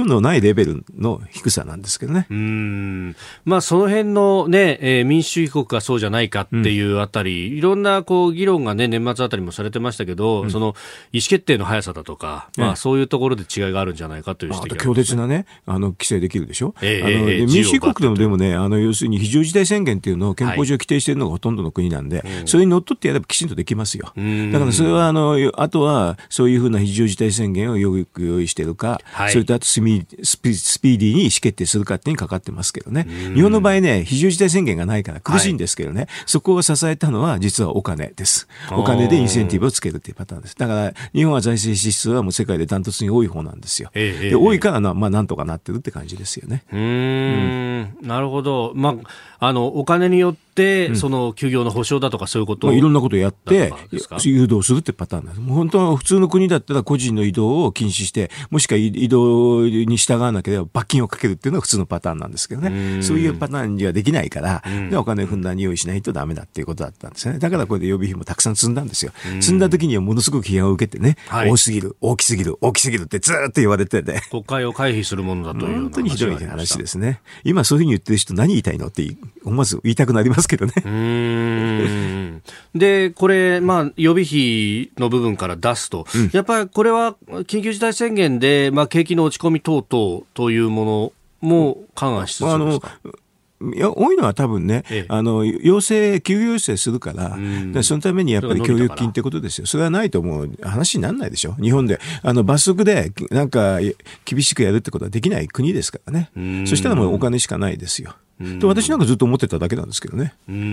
本のないレベルの低さなんですけどね。 うーん、まあ、その辺の、ねえー、民主主義国かそうじゃないかっていうあたり、うん、いろんなこう議論が、ね、年末あたりもされてましたけど、うん、その意思決定の速さだとか、まあ、そういうところで違いがあるんじゃないかという指摘がありますね。 強烈な、ね、あの規制できるでしょ、 えーあのえー、 民主主義国でもでも、ね、あの要するに非常事態宣言っていうのを憲法上規定しているのがほとんどの国なんで、はい、それにのっとってやればきちんとできますよ。だからそれはあのあとはそういうふうな非常事態宣言をよく用意しているか、はい、それとあとスピスピスピーディーに意思決定するかっていうにかかってますけどね。日本の場合ね、非常事態宣言がないから苦しいんですけどね、はい、そこを支えたのは実はお金です。お金でインセンティブをつけるっていうパターンです。だから日本は財政支出はもう世界でダントツに多い方なんですよ。ええ、で多いからな、まあ、なんとかなってるって感じですよね。 うーん、うん、なるほど。まあ、あのお金によってその休業の保障だとかそういうことを、 まあ、いろんなことをやって誘導するってパターンなんです。もう本当は普通の国だったら個人の移動を禁止して、もしくは移動に従わなければ罰金をかけるっていうのが普通のパターンなんですけどね。そういうパターンにはできないから、でお金をふんだんに用意しないとダメだっていうことだったんですね。だからこれで予備費もたくさん積んだんですよ。積んだ時にはものすごく批判を受けてね、はい、多すぎる、大きすぎる、大きすぎるってずーっと言われてて、 国会を回避するものだというような本当にひどい話ですね。今そういうふうに言ってる人何言いたいのって思わず言いたくなりますけどね。 うーんでこれ、まあ、予備費の部分から出すと、うん、やっぱりこれは緊急事態宣言で、まあ、景気の落ち込み等々というものも勘案しつつですか。 いや多いのは多分ね、ええ、あの要請休業要請するから、でそのためにやっぱり協力金ってことですよ。それはないともう話にならないでしょ。日本であの罰則でなんか厳しくやるってことはできない国ですからね。そしたらもうお金しかないですよ。で私なんかずっと思ってただけなんですけどね。うん、うん、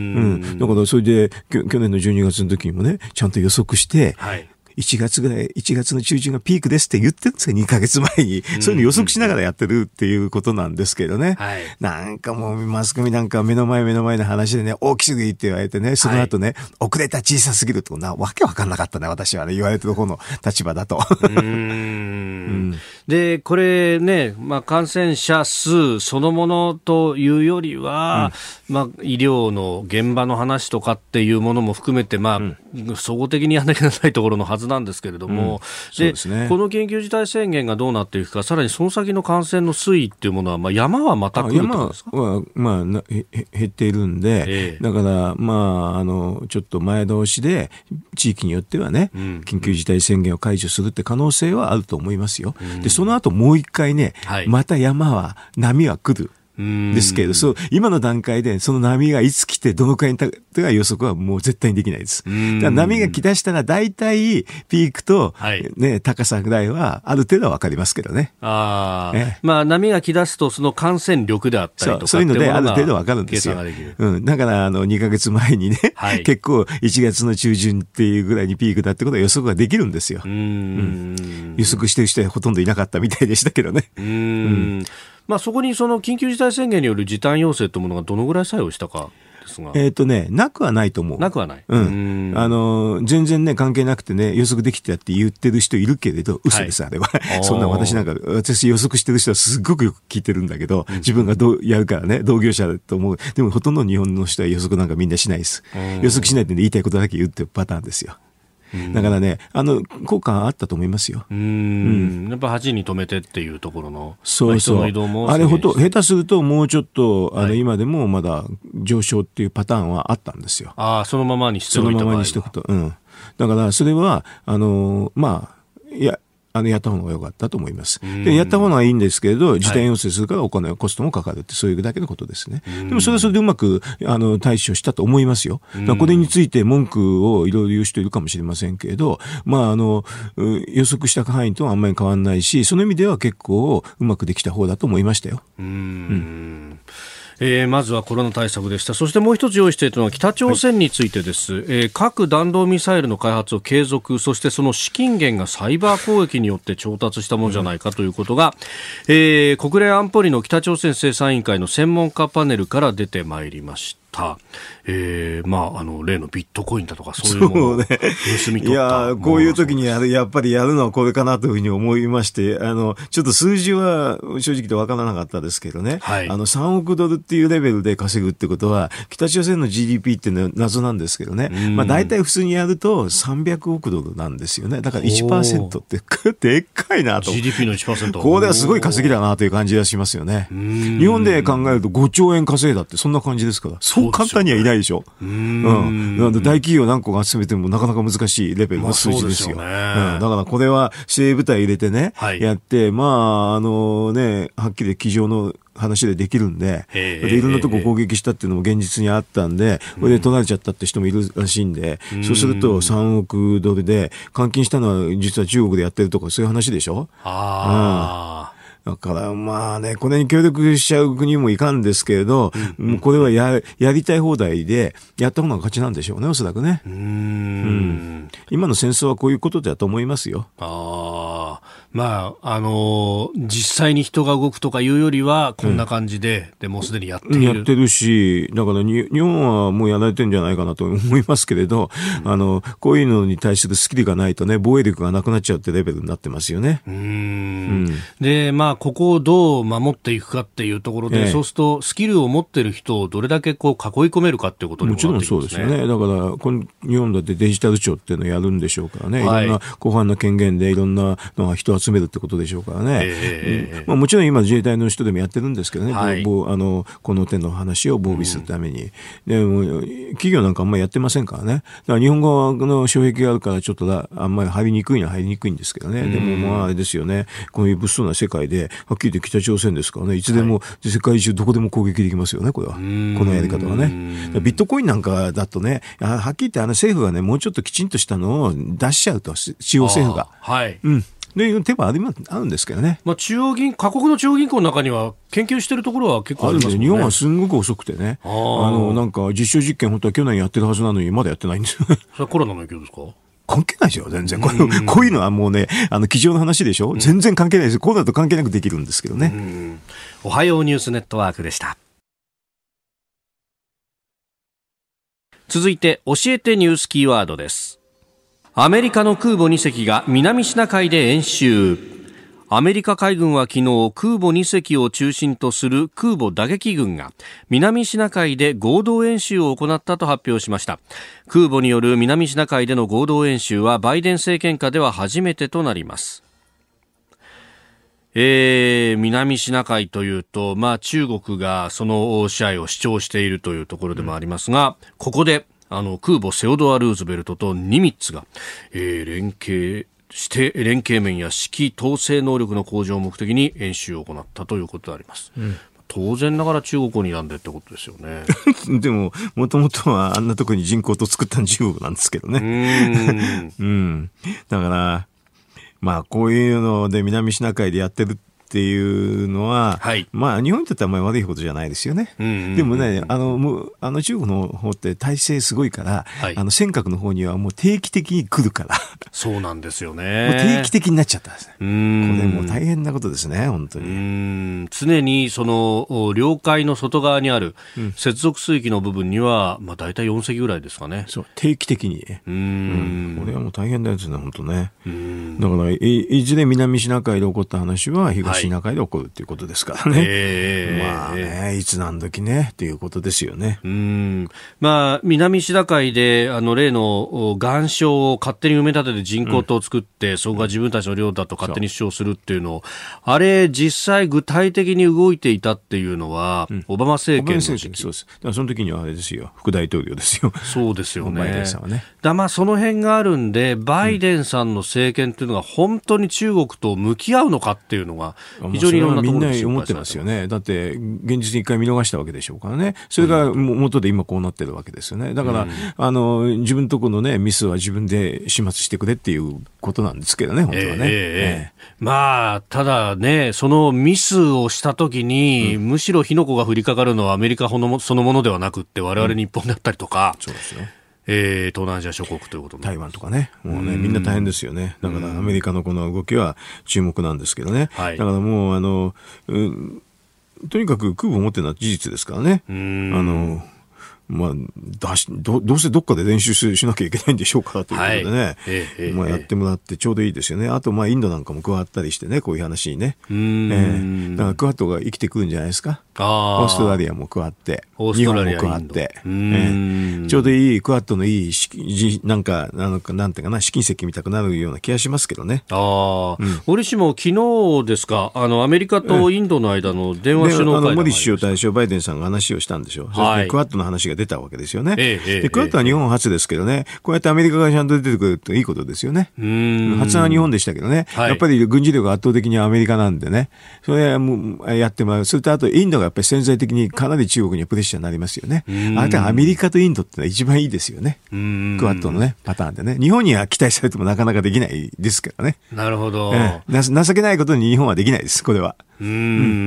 だからそれで去年のじゅうにがつの時にもねちゃんと予測して、はい、いちがつぐらい、いちがつの中旬がピークですって言ってるんですよ、にかげつまえに。そういうの予測しながらやってるっていうことなんですけどね。はい、なんかもうマスコミなんか目の前目の前の話でね、大きすぎって言われてね、その後ね、はい、遅れた小さすぎるとな、わけわかんなかったね、私はね、言われてる方の立場だと。うーん、 うん、で、これね、まあ感染者数そのものというよりは、うん、まあ医療の現場の話とかっていうものも含めて、まあ、うん、総合的にやんなきゃならないところのはずなんですけれども、うん、そうですね、この緊急事態宣言がどうなっていくか、さらにその先の感染の推移っていうものは、まあ、山はまた来るとですか。 山は、まあ、なへ減っているんで、えー、だから、まあ、あのちょっと前倒しで地域によってはね、うん、緊急事態宣言を解除するって可能性はあると思いますよ。うん、でその後もう一回ね、はい、また山は波は来る。ですけど、そう今の段階でその波がいつ来てどのくらいにたか予測はもう絶対にできないです。だから波が来だしたら大体ピークと、はいね、高さぐらいはある程度は分かりますけどね。 あ、ね、まあ、波が来だすとその感染力であったりとかそう、そういうのである程度分かるんですよ。うん、だからあのにかげつまえにね、はい、結構いちがつの中旬っていうぐらいにピークだってことは予測ができるんですよ。うん、うん、予測してる人はほとんどいなかったみたいでしたけどね。うん、うんまあ、そこにその緊急事態宣言による時短要請というものがどのぐらい作用したかですが、 えーとね、なくはないと思う。 なくはない、 うん、あの全然ね関係なくてね予測できてたって言ってる人いるけれど嘘です、はい、あれはそんな私なんか私予測してる人はすごくよく聞いてるんだけど、うん、自分がどうやるからね同業者だと思う。でもほとんど日本の人は予測なんかみんなしないです。予測しないで、ね、言いたいことだけ言うってパターンですよ。だからね、あの効果あったと思いますよ。 うーん、うん、やっぱはちに止めてっていうところの、 そうそう、まあ、人の移動もあれほと下手するともうちょっと、はい、あの今でもまだ上昇っていうパターンはあったんですよ。 ああ、そのままにしておいた場合は。 そのままにしておくと、うん。だからそれはあのまあいや。あのやった方が良かったと思います。でやった方がいいんですけれど、時短要請するからお金、コストもかかるって、そういうだけのことですね。でもそれはそれでうまくあの対処したと思いますよ。だからこれについて文句をいろいろ言う人いるかもしれませんけれど、まああの予測した範囲とはあんまり変わらないし、その意味では結構うまくできた方だと思いましたよ。うーん、 うんえー、まずはコロナ対策でした。そしてもう一つ用意しているのは北朝鮮についてです、はい、えー、核弾道ミサイルの開発を継続、そしてその資金源がサイバー攻撃によって調達したものじゃないかということが、うん、えー、国連安保理の北朝鮮制裁委員会の専門家パネルから出てまいりました。 、えー、まあ、あの、例のビットコインだとか、そういうものを盗み取った。 ね、いや、こういう時にやる、やっぱりやるのはこれかなというふうに思いまして、あの、ちょっと数字は正直とわからなかったですけどね、はい、あの、さんおくドルっていうレベルで稼ぐってことは、北朝鮮の ジーディーピー っていうのは謎なんですけどね、まあ、大体普通にやるとさんびゃくおくドルなんですよね。だから いちパーセント ってでっかいなと。 ジーディーピー の いちパーセント。 これはすごい稼ぎだなという感じがしますよね。日本で考えるとごちょうえん稼いだってそんな感じですから、そう簡単にはいないでしょ。う、うんうん、なんで大企業何個か集めてもなかなか難しいレベルの数字ですよ。まあ、そうですよね。うん、だからこれは精鋭部隊入れてね、はい、やって、まあ、あのね、はっきり机上の話でできるんで、でいろんなとこ攻撃したっていうのも現実にあったんで、これで取られちゃったって人もいるらしいんで、うん、そうするとさんおくドルで換金したのは実は中国でやってるとかそういう話でしょ。あ、うん、だからまあね、これに協力しちゃう国もいかんですけれど、うん、もうこれはや、やりたい放題でやった方が勝ちなんでしょうね、おそらくね。うーん、うん、今の戦争はこういうことだと思いますよ。ああ、まあ、あのー、実際に人が動くとかいうよりは、こんな感じで、うん、でもうすでにやっている。 やってるし、だからに日本はもうやられてるんじゃないかなと思いますけれど、うん、あの、こういうのに対するスキルがないとね、防衛力がなくなっちゃうってレベルになってますよね。うーん、 うん、で、まあ、ここをどう守っていくかっていうところで、ええ、そうすると、スキルを持ってる人をどれだけこう囲い込めるかっていうことにもなってきますね。 もちろんそうですよね。だから、この日本だってデジタル庁っていうのをやるんでしょうからね、はい、いろんな広範な権限でいろんなのが人を集めるってことでしょうからね、えーうんまあ、もちろん今自衛隊の人でもやってるんですけどね、はい、あのこの手の話を防備するために、うん、でも企業なんかあんまりやってませんからね。だから日本語の障壁があるからちょっとだあんまり入りにくいのは入りにくいんですけどね、うん、でもまああれですよね、こういう物騒な世界ではっきり言って北朝鮮ですからね、いつでも、はい、世界中どこでも攻撃できますよね、これは。このやり方はね。ビットコインなんかだとね、はっきり言ってあの政府がねもうちょっときちんとしたのを出しちゃうと、地方政府が。はい。うん。でいう手はあるんですけどね。 まあ、中央銀各国の中央銀行の中には研究しているところは結構ありますもんね。 日本はすんごく遅くてね、あのなんか実証実験本当は去年やってるはずなのにまだやってないんですよ。 それはコロナの影響ですか？ 関係ないですよ、全然。こういう、こういうのはもうね、あの、机上の話でしょ、うん、全然関係ないです。こうだと関係なくできるんですけどね。うん、 おはようニュースネットワークでした。続いて、教えてニュースキーワードです。アメリカの空母に隻が南シナ海で演習。アメリカ海軍は昨日空母に隻を中心とする空母打撃群が南シナ海で合同演習を行ったと発表しました。空母による南シナ海での合同演習はバイデン政権下では初めてとなります。えー、南シナ海というと、まあ、中国がその支配を主張しているというところでもありますが、うん、ここであの空母セオドア・ルーズベルトとニミッツが、えー、連携して連携面や指揮統制能力の向上を目的に演習を行ったということであります。うん、当然ながら中国を睨んでってことですよね。 でももともとはあんなとこに人工島作ったの中国なんですけどね。うーん、うん、だからまあこういうので南シナ海でやってるっていうのは、はい、まあ日本にとってはあんまり悪いことじゃないですよね。うんうんうんうん、でもね、あのもうあの中国の方って体制すごいから、はい、あの尖閣の方にはもう定期的に来るから。 そうなんですよね。 もう定期的になっちゃったんですね。うーん、これもう大変なことですね、本当に。うーん、常にその領海の外側にある接続水域の部分には、まあ大体よん隻ぐらいですかね。 そう、定期的に。うーん、うん、これはもう大変なやつね、本当ね。うーん、だからいいずれ南シナ海で起こった話は東シナ海で起こるっていうことですからね。はい、えー、まあね、いつ何時ねっていうことですよね。 うーん、まあ南シナ海であの例の岩礁を勝手に埋め立てて人工島を作って、うん、そこが自分たちの領だと勝手に主張するっていうのを、あれ実際具体的に動いていたっていうのは、うん、オバマ政権の時期。 そうです。だからその時にはあれですよ、副大統領ですよ。 そうですよね。 バイデンさんはね。 だまあその辺があるんで、バイデンさんの政権っていうのが本当に中国と向き合うのかっていうのが非常にいろんなところで心配されてます。 みんな思ってますよね。だって現実に一回見逃したわけでしょうからね。それが元で今こうなってるわけですよね。だから、うん、あの自分のところのねミスは自分で始末してくれっていうことなんですけどね、本当はね。えーえーえー、まあただね、そのミスをしたときに、うん、むしろ火の粉が降りかかるのはアメリカそのものではなくって我々日本だったりとか。うん、そうですよ。えー、東南アジア諸国ということ台湾とかね、もうね、みんな大変ですよね。だからアメリカのこの動きは注目なんですけどね。はい、だからもうあの、うん、とにかく空母を持ってるのは事実ですからね。うん、あのまあ、だし ど, どうせどっかで練習しなきゃいけないんでしょうからということでね、はいええまあ、やってもらってちょうどいいですよね。あとまあインドなんかも加わったりしてね、こういう話にね、うーん、えー、だからクアッドが生きてくるんじゃないですか。あオーストラリアも加わって日本も加わって、えー、ちょうどいいクアッドのいいなんかなんかなんていうかな試金石見たくなるような気がしますけどね。 あ、うん、折しも昨日ですか、あのアメリカとインドの間の電話首脳会談がありました。 モディ首相対象バイデンさんが話をしたんでしょう。はい、クアッドの話が出たわけですよね。ええ、でクアッドは日本初ですけどね、こうやってアメリカがちゃんと出てくるといいことですよね。うーん、発案は日本でしたけどね、はい、やっぱり軍事力が圧倒的にアメリカなんでね、それはもうやってもらう。それとあとインドがやっぱり潜在的にかなり中国にはプレッシャーになりますよね。あとはアメリカとインドってのは一番いいですよね。クアッドのねパターンでね、日本には期待されてもなかなかできないですからね。 なるほど、 ええ、情けないことに日本はできないです。これはうーん、うん、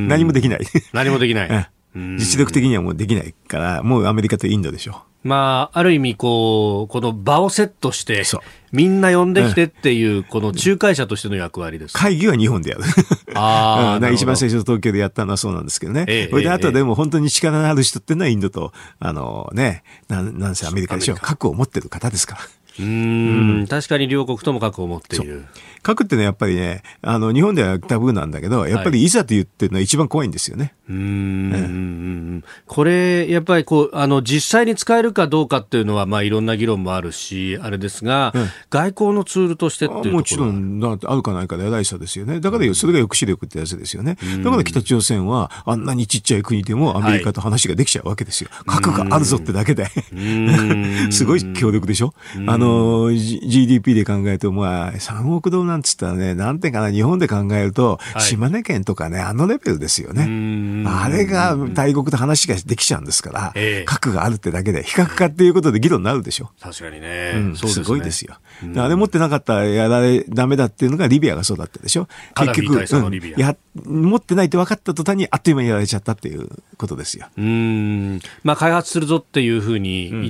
何もできない何もできない、ええ、実力的にはもうできないからもうアメリカとインドでしょう。 まあ、ある意味こうこの場をセットしてみんな呼んできてっていうこの仲介者としての役割です。 会議は日本でやる。あ、うん、一番最初東京でやったのはそうなんですけどね。ええ、それであとでも本当に力のある人ってのはインドとあのね、ななんせアメリカでしょう。核を持ってる方ですから。 うーん、うん、確かに両国とも核を持っている。 核ってのはやっぱりね、あの日本ではタブーなんだけど、やっぱりいざと言ってるのは一番怖いんですよね。 うーん、ええ、これやっぱりこうあの実際に使えるかどうかっていうのはまあいろんな議論もあるしあれですが、ええ、外交のツールとしてっていうところはもちろんだあるかないかで偉いさですよね。だからそれが抑止力ってやつですよね。だから北朝鮮はあんなにちっちゃい国でもアメリカと話ができちゃうわけですよ。はい、核があるぞってだけですごい強力でしょ。あの ジーディーピー で考えるとまあさんおくドルなんつったらね、なんていうかな、日本で考えると、はい、島根県とかね、あのレベルですよね。あれが大国と話ができちゃうんですから、えー、核があるってだけで非核化っていうことで議論になるでしょ。 確かにね。 うん、そうですね、すごいですよ。あれ持ってなかったらやられダメだっていうのがリビアがそうだったでしょ。結局、うん、や持ってないって分かった途端にあっという間にやられちゃったっていうことですよ。 うーん、まあ開発するぞっていうふうに言って、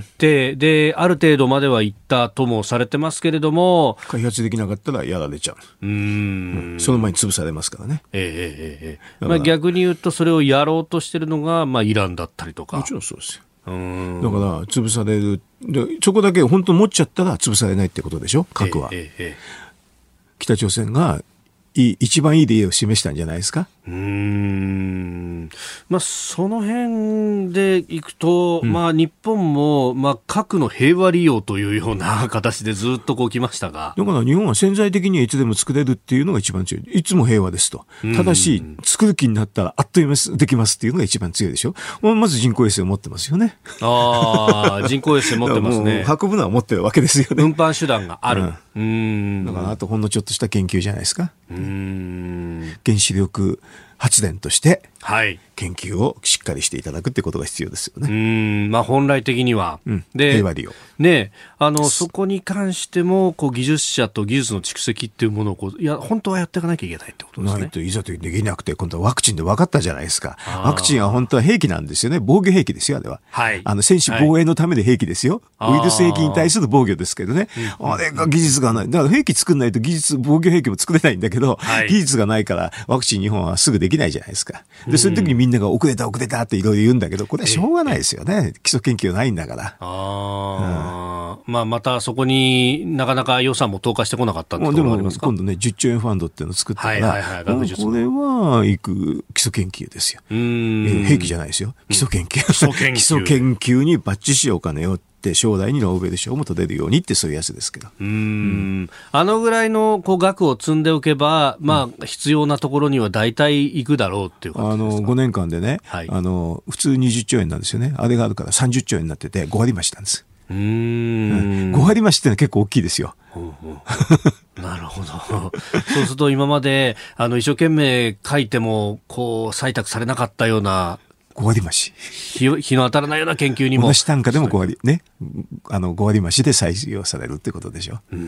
うん、である程度までは言ったともされてますけれども、 開発できなかったらやられちゃう。うーん、うん、その前に潰されますからね。 えーえーえーまあ、逆に言うとそれをやろうとしてるのが、まあ、イランだったりとか。 もちろんそうですよ。うーん、だから潰されるで、そこだけ本当持っちゃったら潰されないってことでしょ、核は。えーえーえー、北朝鮮がいい一番いい例を示したんじゃないですか。 うーん、まあ、その辺でいくと、うん、まあ、日本も、まあ、核の平和利用というような形でずっとこう来ましたが、 だから日本は潜在的にはいつでも作れるっていうのが一番強い。いつも平和ですと。ただし作る気になったらあっという間にできますっていうのが一番強いでしょ。まず人工衛星を持ってますよね。 ああ、人工衛星持ってますね。 もう運ぶのは持ってるわけですよね。 運搬手段がある。うん、うーん、 だからあとほんのちょっとした研究じゃないですか。うーん、原子力発電として研究をしっかりしていただくってことが必要ですよね。 うーん、まあ、本来的には、うん、で平和利用、 ね、あのそこに関してもこう技術者と技術の蓄積っていうものをこういや本当はやっていかなきゃいけないってことですね。 ないといざとできなくて今度はワクチンで分かったじゃないですか。ワクチンは本当は兵器なんですよね。防御兵器ですよあれは、はい、あの専守防衛のための兵器ですよ、はい、ウイルス兵器に対する防御ですけどね。あれが技術がない。だから兵器作んないと技術防御兵器も作れないんだけど、はい、技術がないからワクチン日本はすぐできないじゃないですか。でそういう時にみんなが遅れた遅れたっていろいろ言うんだけど、これはしょうがないですよね。基礎研究ないんだから。 あ、うん、まあ、またそこになかなか予算も投下してこなかったってこともありますか。 でも今度ねじゅっちょうえんファンドっていうのを作ったから、はいはいはい、学術のこれはいく基礎研究ですよ。うーん、兵器じゃないですよ。基礎研究、うん、基礎研究基礎研究にバッチしお金を将来にノーベル賞も取れるようにってそういうやつですけど、うーん、 うん、あのぐらいのこう額を積んでおけば、まあ、必要なところには大体行くだろうっていう感じですか。 あのごねんかんでね、はい、あの普通にじゅっちょうえんなんですよね。あれがあるからさんじゅっちょうえんになっててごわり増しなんです。うーん、うん、ごわり増しってのは結構大きいですよ。ほうほうなるほど。そうすると今まであの一生懸命書いてもこう採択されなかったようなごわり増し。 日, 日の当たらないような研究にも。 同じ単価でもごわり、ね。あの、ごわり増しで採用されるってことでしょ。うーん、 うん。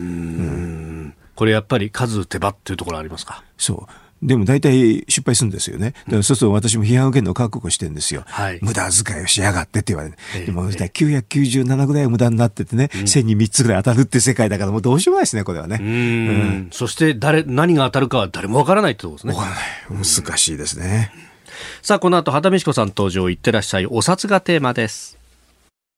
これやっぱり数手間っていうところありますか。 そう。でも大体失敗するんですよね。だからそうすると私も批判を受けるのを覚悟してるんですよ。はい、無駄遣いをしやがってって言われる。えー、でもきゅうひゃくきゅうじゅうななぐらいは無駄になっててね、うん、せんにみっつぐらい当たるって世界だからもうどうしようもないですね、これはね。 うん、うん、そして誰、何が当たるかは誰もわからないってことですね。 わからない。難しいですね。 さあこの後畑美智子さん登場。いってらっしゃい。お札がテーマです。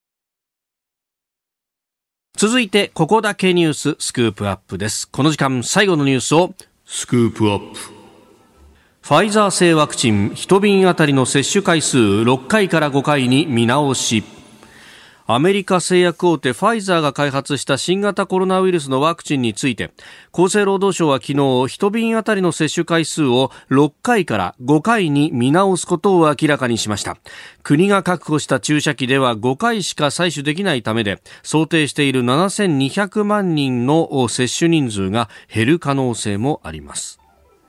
続いてここだけニューススクープアップです。この時間最後のニュースをスクープアップ。ファイザー製ワクチンいち瓶あたりの接種回数ろっかいからごかいに見直し。アメリカ製薬大手ファイザーが開発した新型コロナウイルスのワクチンについて、厚生労働省は昨日いち瓶あたりの接種回数をろっかいからごかいに見直すことを明らかにしました。国が確保した注射器ではごかいしか採取できないためで、想定しているななせんにひゃくまんにんの接種人数が減る可能性もあります。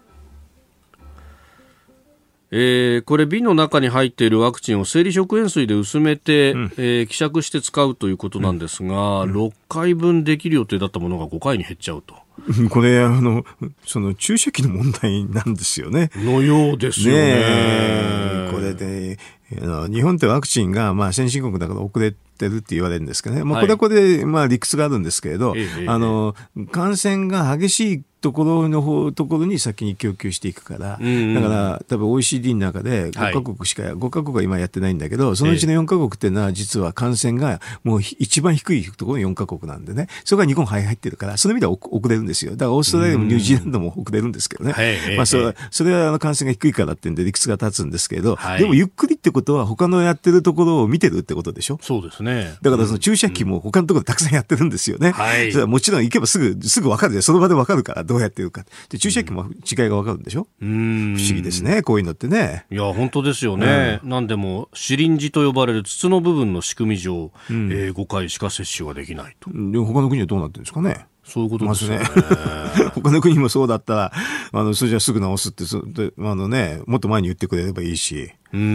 えー、これ瓶の中に入っているワクチンを生理食塩水で薄めて、うんえー、希釈して使うということなんですが、うん、ろっかいぶんできる予定だったものがごかいに減っちゃうと。 これあのその注射器の問題なんですよね。 のようですよね。 ねこれで日本ってワクチンがまあ先進国だから遅れてるって言われるんですけどね。まあこれはこれでまあ理屈があるんですけれど、はい、あの感染が激しいところの方ところに先に供給していくから、うんうん、だから多分 オーイーシーディー の中でごカ国しか、はい、ごカ国は今やってないんだけど、そのうちのよんカ国っていうのは実は感染がもう一番低いところのよんカ国なんでね、それが日本入ってるから、その意味では遅れるんですよ。だからオーストラリアもニュージーランドも遅れるんですけどね。まあそれは、それはあの感染が低いからっていうんで理屈が立つんですけど、はい、でもゆっくりってことは他のやってるところを見てるってことでしょ。 そうですね。 だからその注射器も他のところでたくさんやってるんですよね。はい、それはもちろん行けばすぐ、すぐ分かるよ。その場で分かるからどうやってるか。で注射器も違いが分かるんでしょ。うーん不思議ですね、こういうのってね。 いや本当ですよね、うん、なんでもシリンジと呼ばれる筒の部分の仕組み上、うんえー、ごかいしか接種ができないと。 で他の国はどうなってるんですかね。 そういうことですね。 他の国もそうだったら、あの、それじゃすぐ直すって、そであのね、もっと前に言ってくれればいいし。うんうんうん。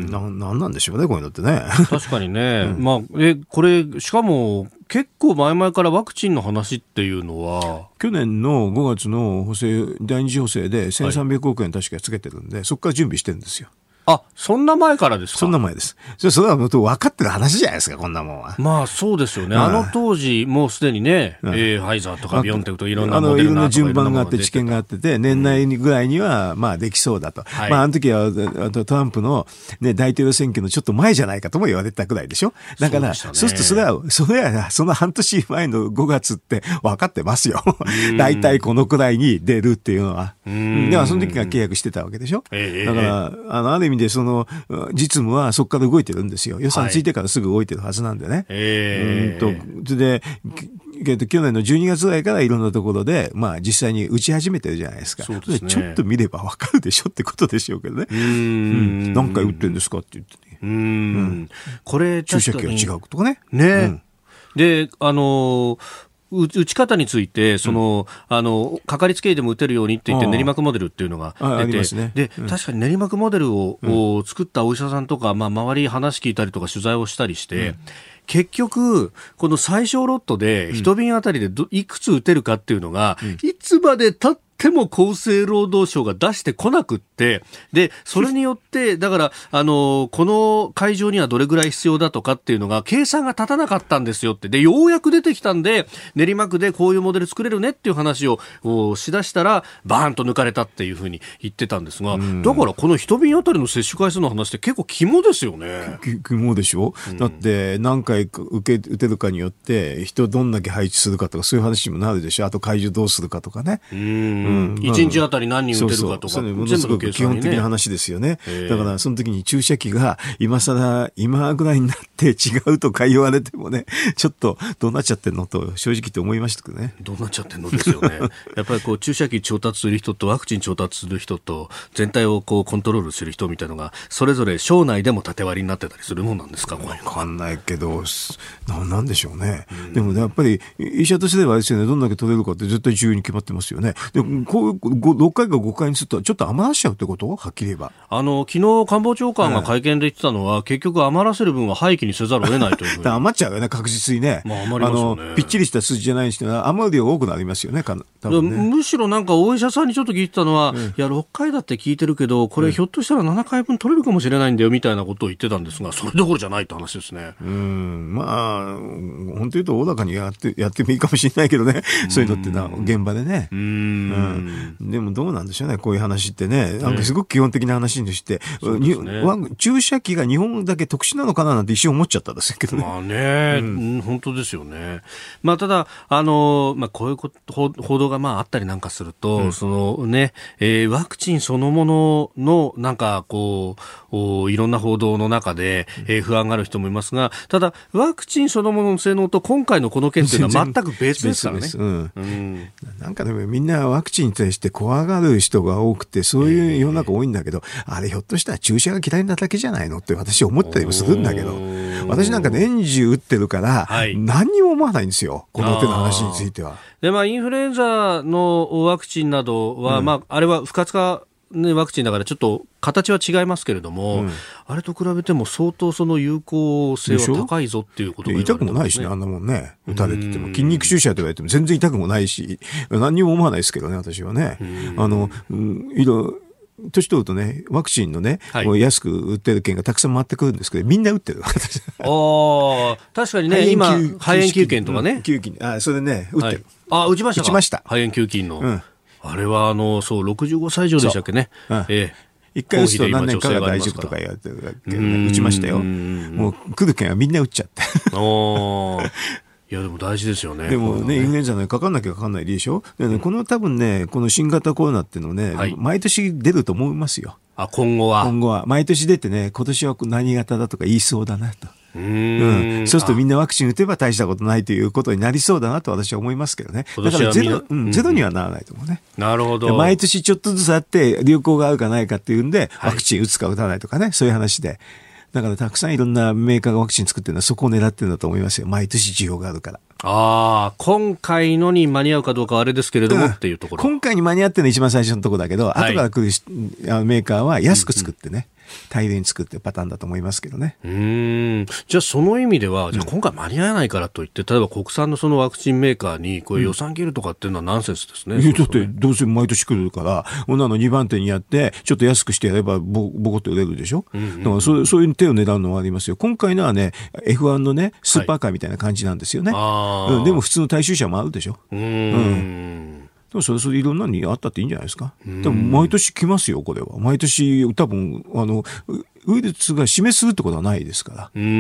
な、なんなんでしょうね、こういうのってね。確かにね。うん、まあ、え、これ、しかも、結構前々からワクチンの話っていうのは。 去年のごがつの補正、第二次補正でせんさんびゃくおくえん確かつけてるんで、はい、そこから準備してるんですよ。 あ、そんな前からですか。 そんな前です。それ、それは分かってる話じゃないですか、こんなもんは。 まあ、そうですよね。あの当時、もうすでにね、うん、えー、ファイザーとかビオンテックとかいろんなモデルナとかいろんな順番があって、知見があってて、年内ぐらいには、まあ、できそうだと。はい、まあ、あの時は、トランプの、ね、大統領選挙のちょっと前じゃないかとも言われたくらいでしょ。だから、そう、ね、そうすると、それは、それは、その半年前のごがつって分かってますよ。大体このくらいに出るっていうのは。では、その時が契約してたわけでしょ。えー、だから、あの、ある意味で、その、実務はそこから動いてるんですよ。予算ついてからすぐ動いてるはずなんでね。はい、えー、うんと、で、去年のじゅうにがつぐらいからいろんなところで、まあ実際に打ち始めてるじゃないですか。そうですね。ちょっと見ればわかるでしょってことでしょうけどね。うん,、うん。何回打ってるんですかって言って、ね。うん,、うん。 これ、 注射器が違うとかね。 ね。うん、で、あのー、打ち方について、その、うん、あの、かかりつけ医でも打てるようにって言って練馬区モデルっていうのが出て、ね、で、うん、確かに練馬区モデルを、うん、作ったお医者さんとか、まあ、周り話聞いたりとか取材をしたりして、うん、結局、この最小ロットで一瓶あたりでどいくつ打てるかっていうのが、うん、いつまで経っても厚生労働省が出してこなくって、で、それによって、だから、あの、この会場にはどれぐらい必要だとかっていうのが、計算が立たなかったんですよって。で、ようやく出てきたんで、練馬区でこういうモデル作れるねっていう話をしだしたら、バーンと抜かれたっていうふうに言ってたんですが、だからこの一瓶あたりの接種回数の話って結構肝ですよね。 肝でしょ、うん、だって、何回受け、打てるかによって、人どんだけ配置するかとか、そういう話にもなるでしょ。あと、会場どうするかとかね。うんうん、いちにちあたり何人打てるかとか、 そうそう、全部の計算にね、基本的な話ですよね。だからその時に注射器が今更今ぐらいになって違うとか言われてもね、ちょっとどうなっちゃってんのと正直って思いましたけどね。 どうなっちゃってんのですよね。やっぱりこう注射器調達する人とワクチン調達する人と全体をこうコントロールする人みたいなのがそれぞれ省内でも縦割りになってたりするもんなんですか。 わかんないけど な, なんでしょうね。うん、でも、ね、やっぱり医者としてはですね、どんだけ取れるかって絶対重要に決まってますよね。でこうろっかいかごかいにするとちょっと余らしちゃうってことはっきり言えば。 あの昨日官房長官が会見で言ってたのは、はい、結局余らせる分は廃棄にせざるを得ないというふうに余っちゃうよね、確実にね。 まあ、余りますよね。 あのぴっちりした数字じゃないにして余る量多くなりますよね、多分ね。 むしろなんかお医者さんにちょっと聞いてたのは、うん、いやろっかいだって聞いてるけどこれひょっとしたらななかいぶん取れるかもしれないんだよみたいなことを言ってたんですが、それどころじゃないって話ですね。 うん、まあ本当言うと大高にやってやってもいいかもしれないけどね、そういうのってな現場でね。うん、ううん、でもどうなんでしょうね、こういう話ってね、なんかすごく基本的な話にして、ね、注射器が日本だけ特殊なのかななんて一瞬思っちゃったんですけどね。 まあね、うん、本当ですよね。まあただあの、まあ、こういうこと報道がまああったりなんかすると、うん、そのね、えー、ワクチンそのもののなんかこういろんな報道の中で、えー、不安がある人もいますが、ただワクチンそのものの性能と今回のこの件というのは全く別ですからね。うんうん、 なんかでもみんなワクチンに対して怖がる人が多くて、そういう世の中多いんだけど、えー、あれひょっとしたら注射が嫌いなだけじゃないのって私思ったりもするんだけど、私なんか年中打ってるから、はい、何にも思わないんですよ、この手の話については。 で、まあ、インフルエンザのワクチンなどは、うん、まあ、あれは不活化ね、ワクチンだからちょっと形は違いますけれども、うん、あれと比べても相当その有効性は高いぞっていうことが言われてますね。 痛くもないしね、あんなもんね、打たれてても筋肉注射と言われても全然痛くもないし、何にも思わないですけどね、私はね。あの、うん、いろ年取るとね、ワクチンのね、はい、安く売ってる券がたくさん回ってくるんですけど、みんな打ってる。ああ、確かにね、今肺炎球券とかね、 球菌、あ、それね打ってる。 はい、あ、打ちましたか。 打ちました。 肺炎球菌の。うん、あれはあのそうろくじゅうごさい以上でしたっけね。うん、ええ、 一回打つと何年かが大丈夫とか言われてるけど、ね、打ちましたよ。もう来る券はみんな打っちゃって。 おいやでも大事ですよね。 でもね、インフルエンザね、かかんなきゃかかんないでしょ。でね、うん、この多分ね、この新型コロナっていうのね、はい、毎年出ると思いますよ。 あ、今後は今後は毎年出てね、今年は何型だとか言いそうだなと。うんうん、そうするとみんなワクチン打てば大したことないということになりそうだなと私は思いますけどね。だからゼロ、うん、ゼロにはならないと思うね。 なるほど。 毎年ちょっとずつあって流行があるかないかっていうんで、ワクチン打つか打たないとかね、そういう話で。だからたくさんいろんなメーカーがワクチン作ってるのはそこを狙ってるんだと思いますよ。毎年需要があるから。 ああ、今回のに間に合うかどうかはあれですけれども、うん、っていうところ。 今回に間に合ってるのは一番最初のところだけど、はい、後から来るメーカーは安く作ってね。うんうん、大量に作ってるパターンだと思いますけどね。 うーん、じゃあその意味では、じゃあ今回間に合わないからといって、例えば国産のそのワクチンメーカーにこういう予算切るとかっていうのはナンセンスですね。 うん、だってどうせ毎年来るから、女のにばん手にやってちょっと安くしてやればボボコッと売れるでしょ。うんうん、だからそう、そういう手を狙うのはありますよ。今回のはね エフワン のねスーパーカーみたいな感じなんですよね。はい、うん、でも普通の大衆車もあるでしょ。うーん、うんでもそれそれいろんなにあったっていいんじゃないですか。でも毎年来ますよ、これは。毎年多分あのウイルスが死滅するってことはないですから。 うーん、うん、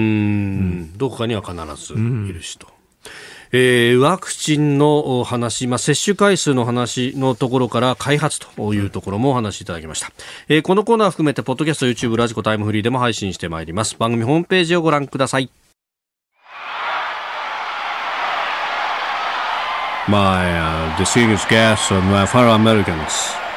どこかには必ずいるしと。うん、えー、ワクチンの話、まあ、接種回数の話のところから開発というところもお話しいただきました。えー、このコーナー含めてポッドキャスト、YouTube、ラジコ、タイムフリーでも配信してまいります。番組ホームページをご覧ください。My uh, distinguished guests and my fellow Americans,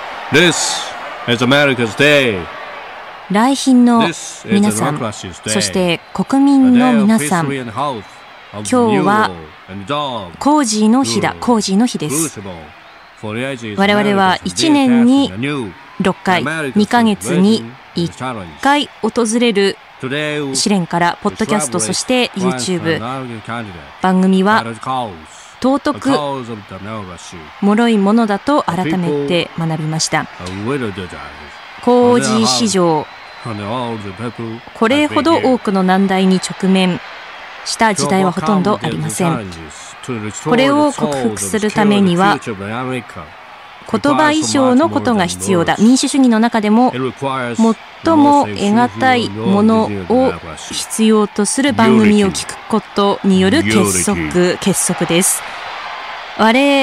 This is America's Day. 来賓の皆さん、そして国民の皆さん、今日はコージーの日だ、コージーの日です。我々はいちねんにろっかい、にかげつにいっかい訪れる試練からポッドキャスト、そして YouTube 番組は尊く脆いものだと改めて学びました。コージー史上これほど多くの難題に直面した時代はほとんどありません。これを克服するためには言葉以上のことが必要だ。民主主義の中でも最も得難いものを必要とする番組を聞くことによる結束、結束です。我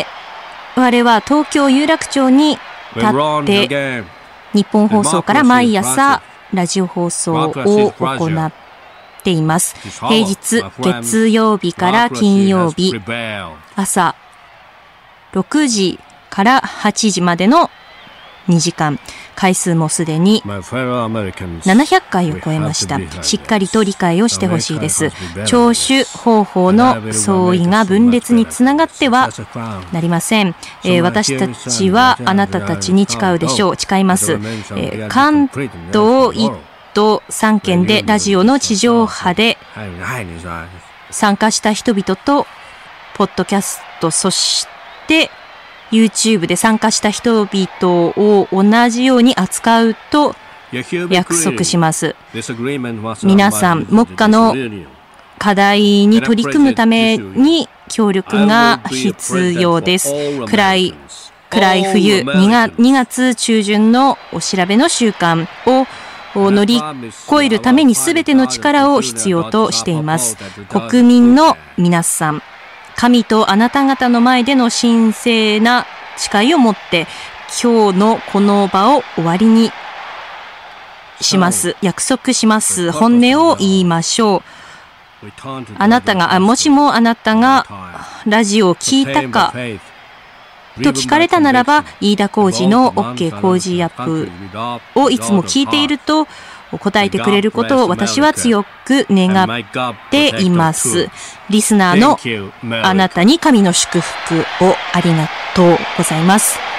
々は東京有楽町に立って日本放送から毎朝ラジオ放送を行っています。平日月曜日から金曜日朝ろくじからはちじまでのにじかん、回数もすでにななひゃっかいを超えました。しっかりと理解をしてほしいです。聴取方法の相違が分裂につながってはなりません。えー、私たちはあなたたちに誓うでしょう。誓います。えー、関東いっ都さんけんでラジオの地上波で参加した人々とポッドキャスト、そしてYouTube で参加した人々を同じように扱うと約束します。皆さん、目下の課題に取り組むために協力が必要です。暗い暗い冬にがつ、にがつ中旬のお調べの習慣を乗り越えるために全ての力を必要としています。国民の皆さん、神とあなた方の前での神聖な誓いをもって今日のこの場を終わりにします。約束します。本音を言いましょう。あなたが、あ、もしもあなたがラジオを聞いたかと聞かれたならば、飯田浩司の OK 工事アップをいつも聞いていると答えてくれることを私は強く願っています。リスナーのあなたに神の祝福をありがとうございます。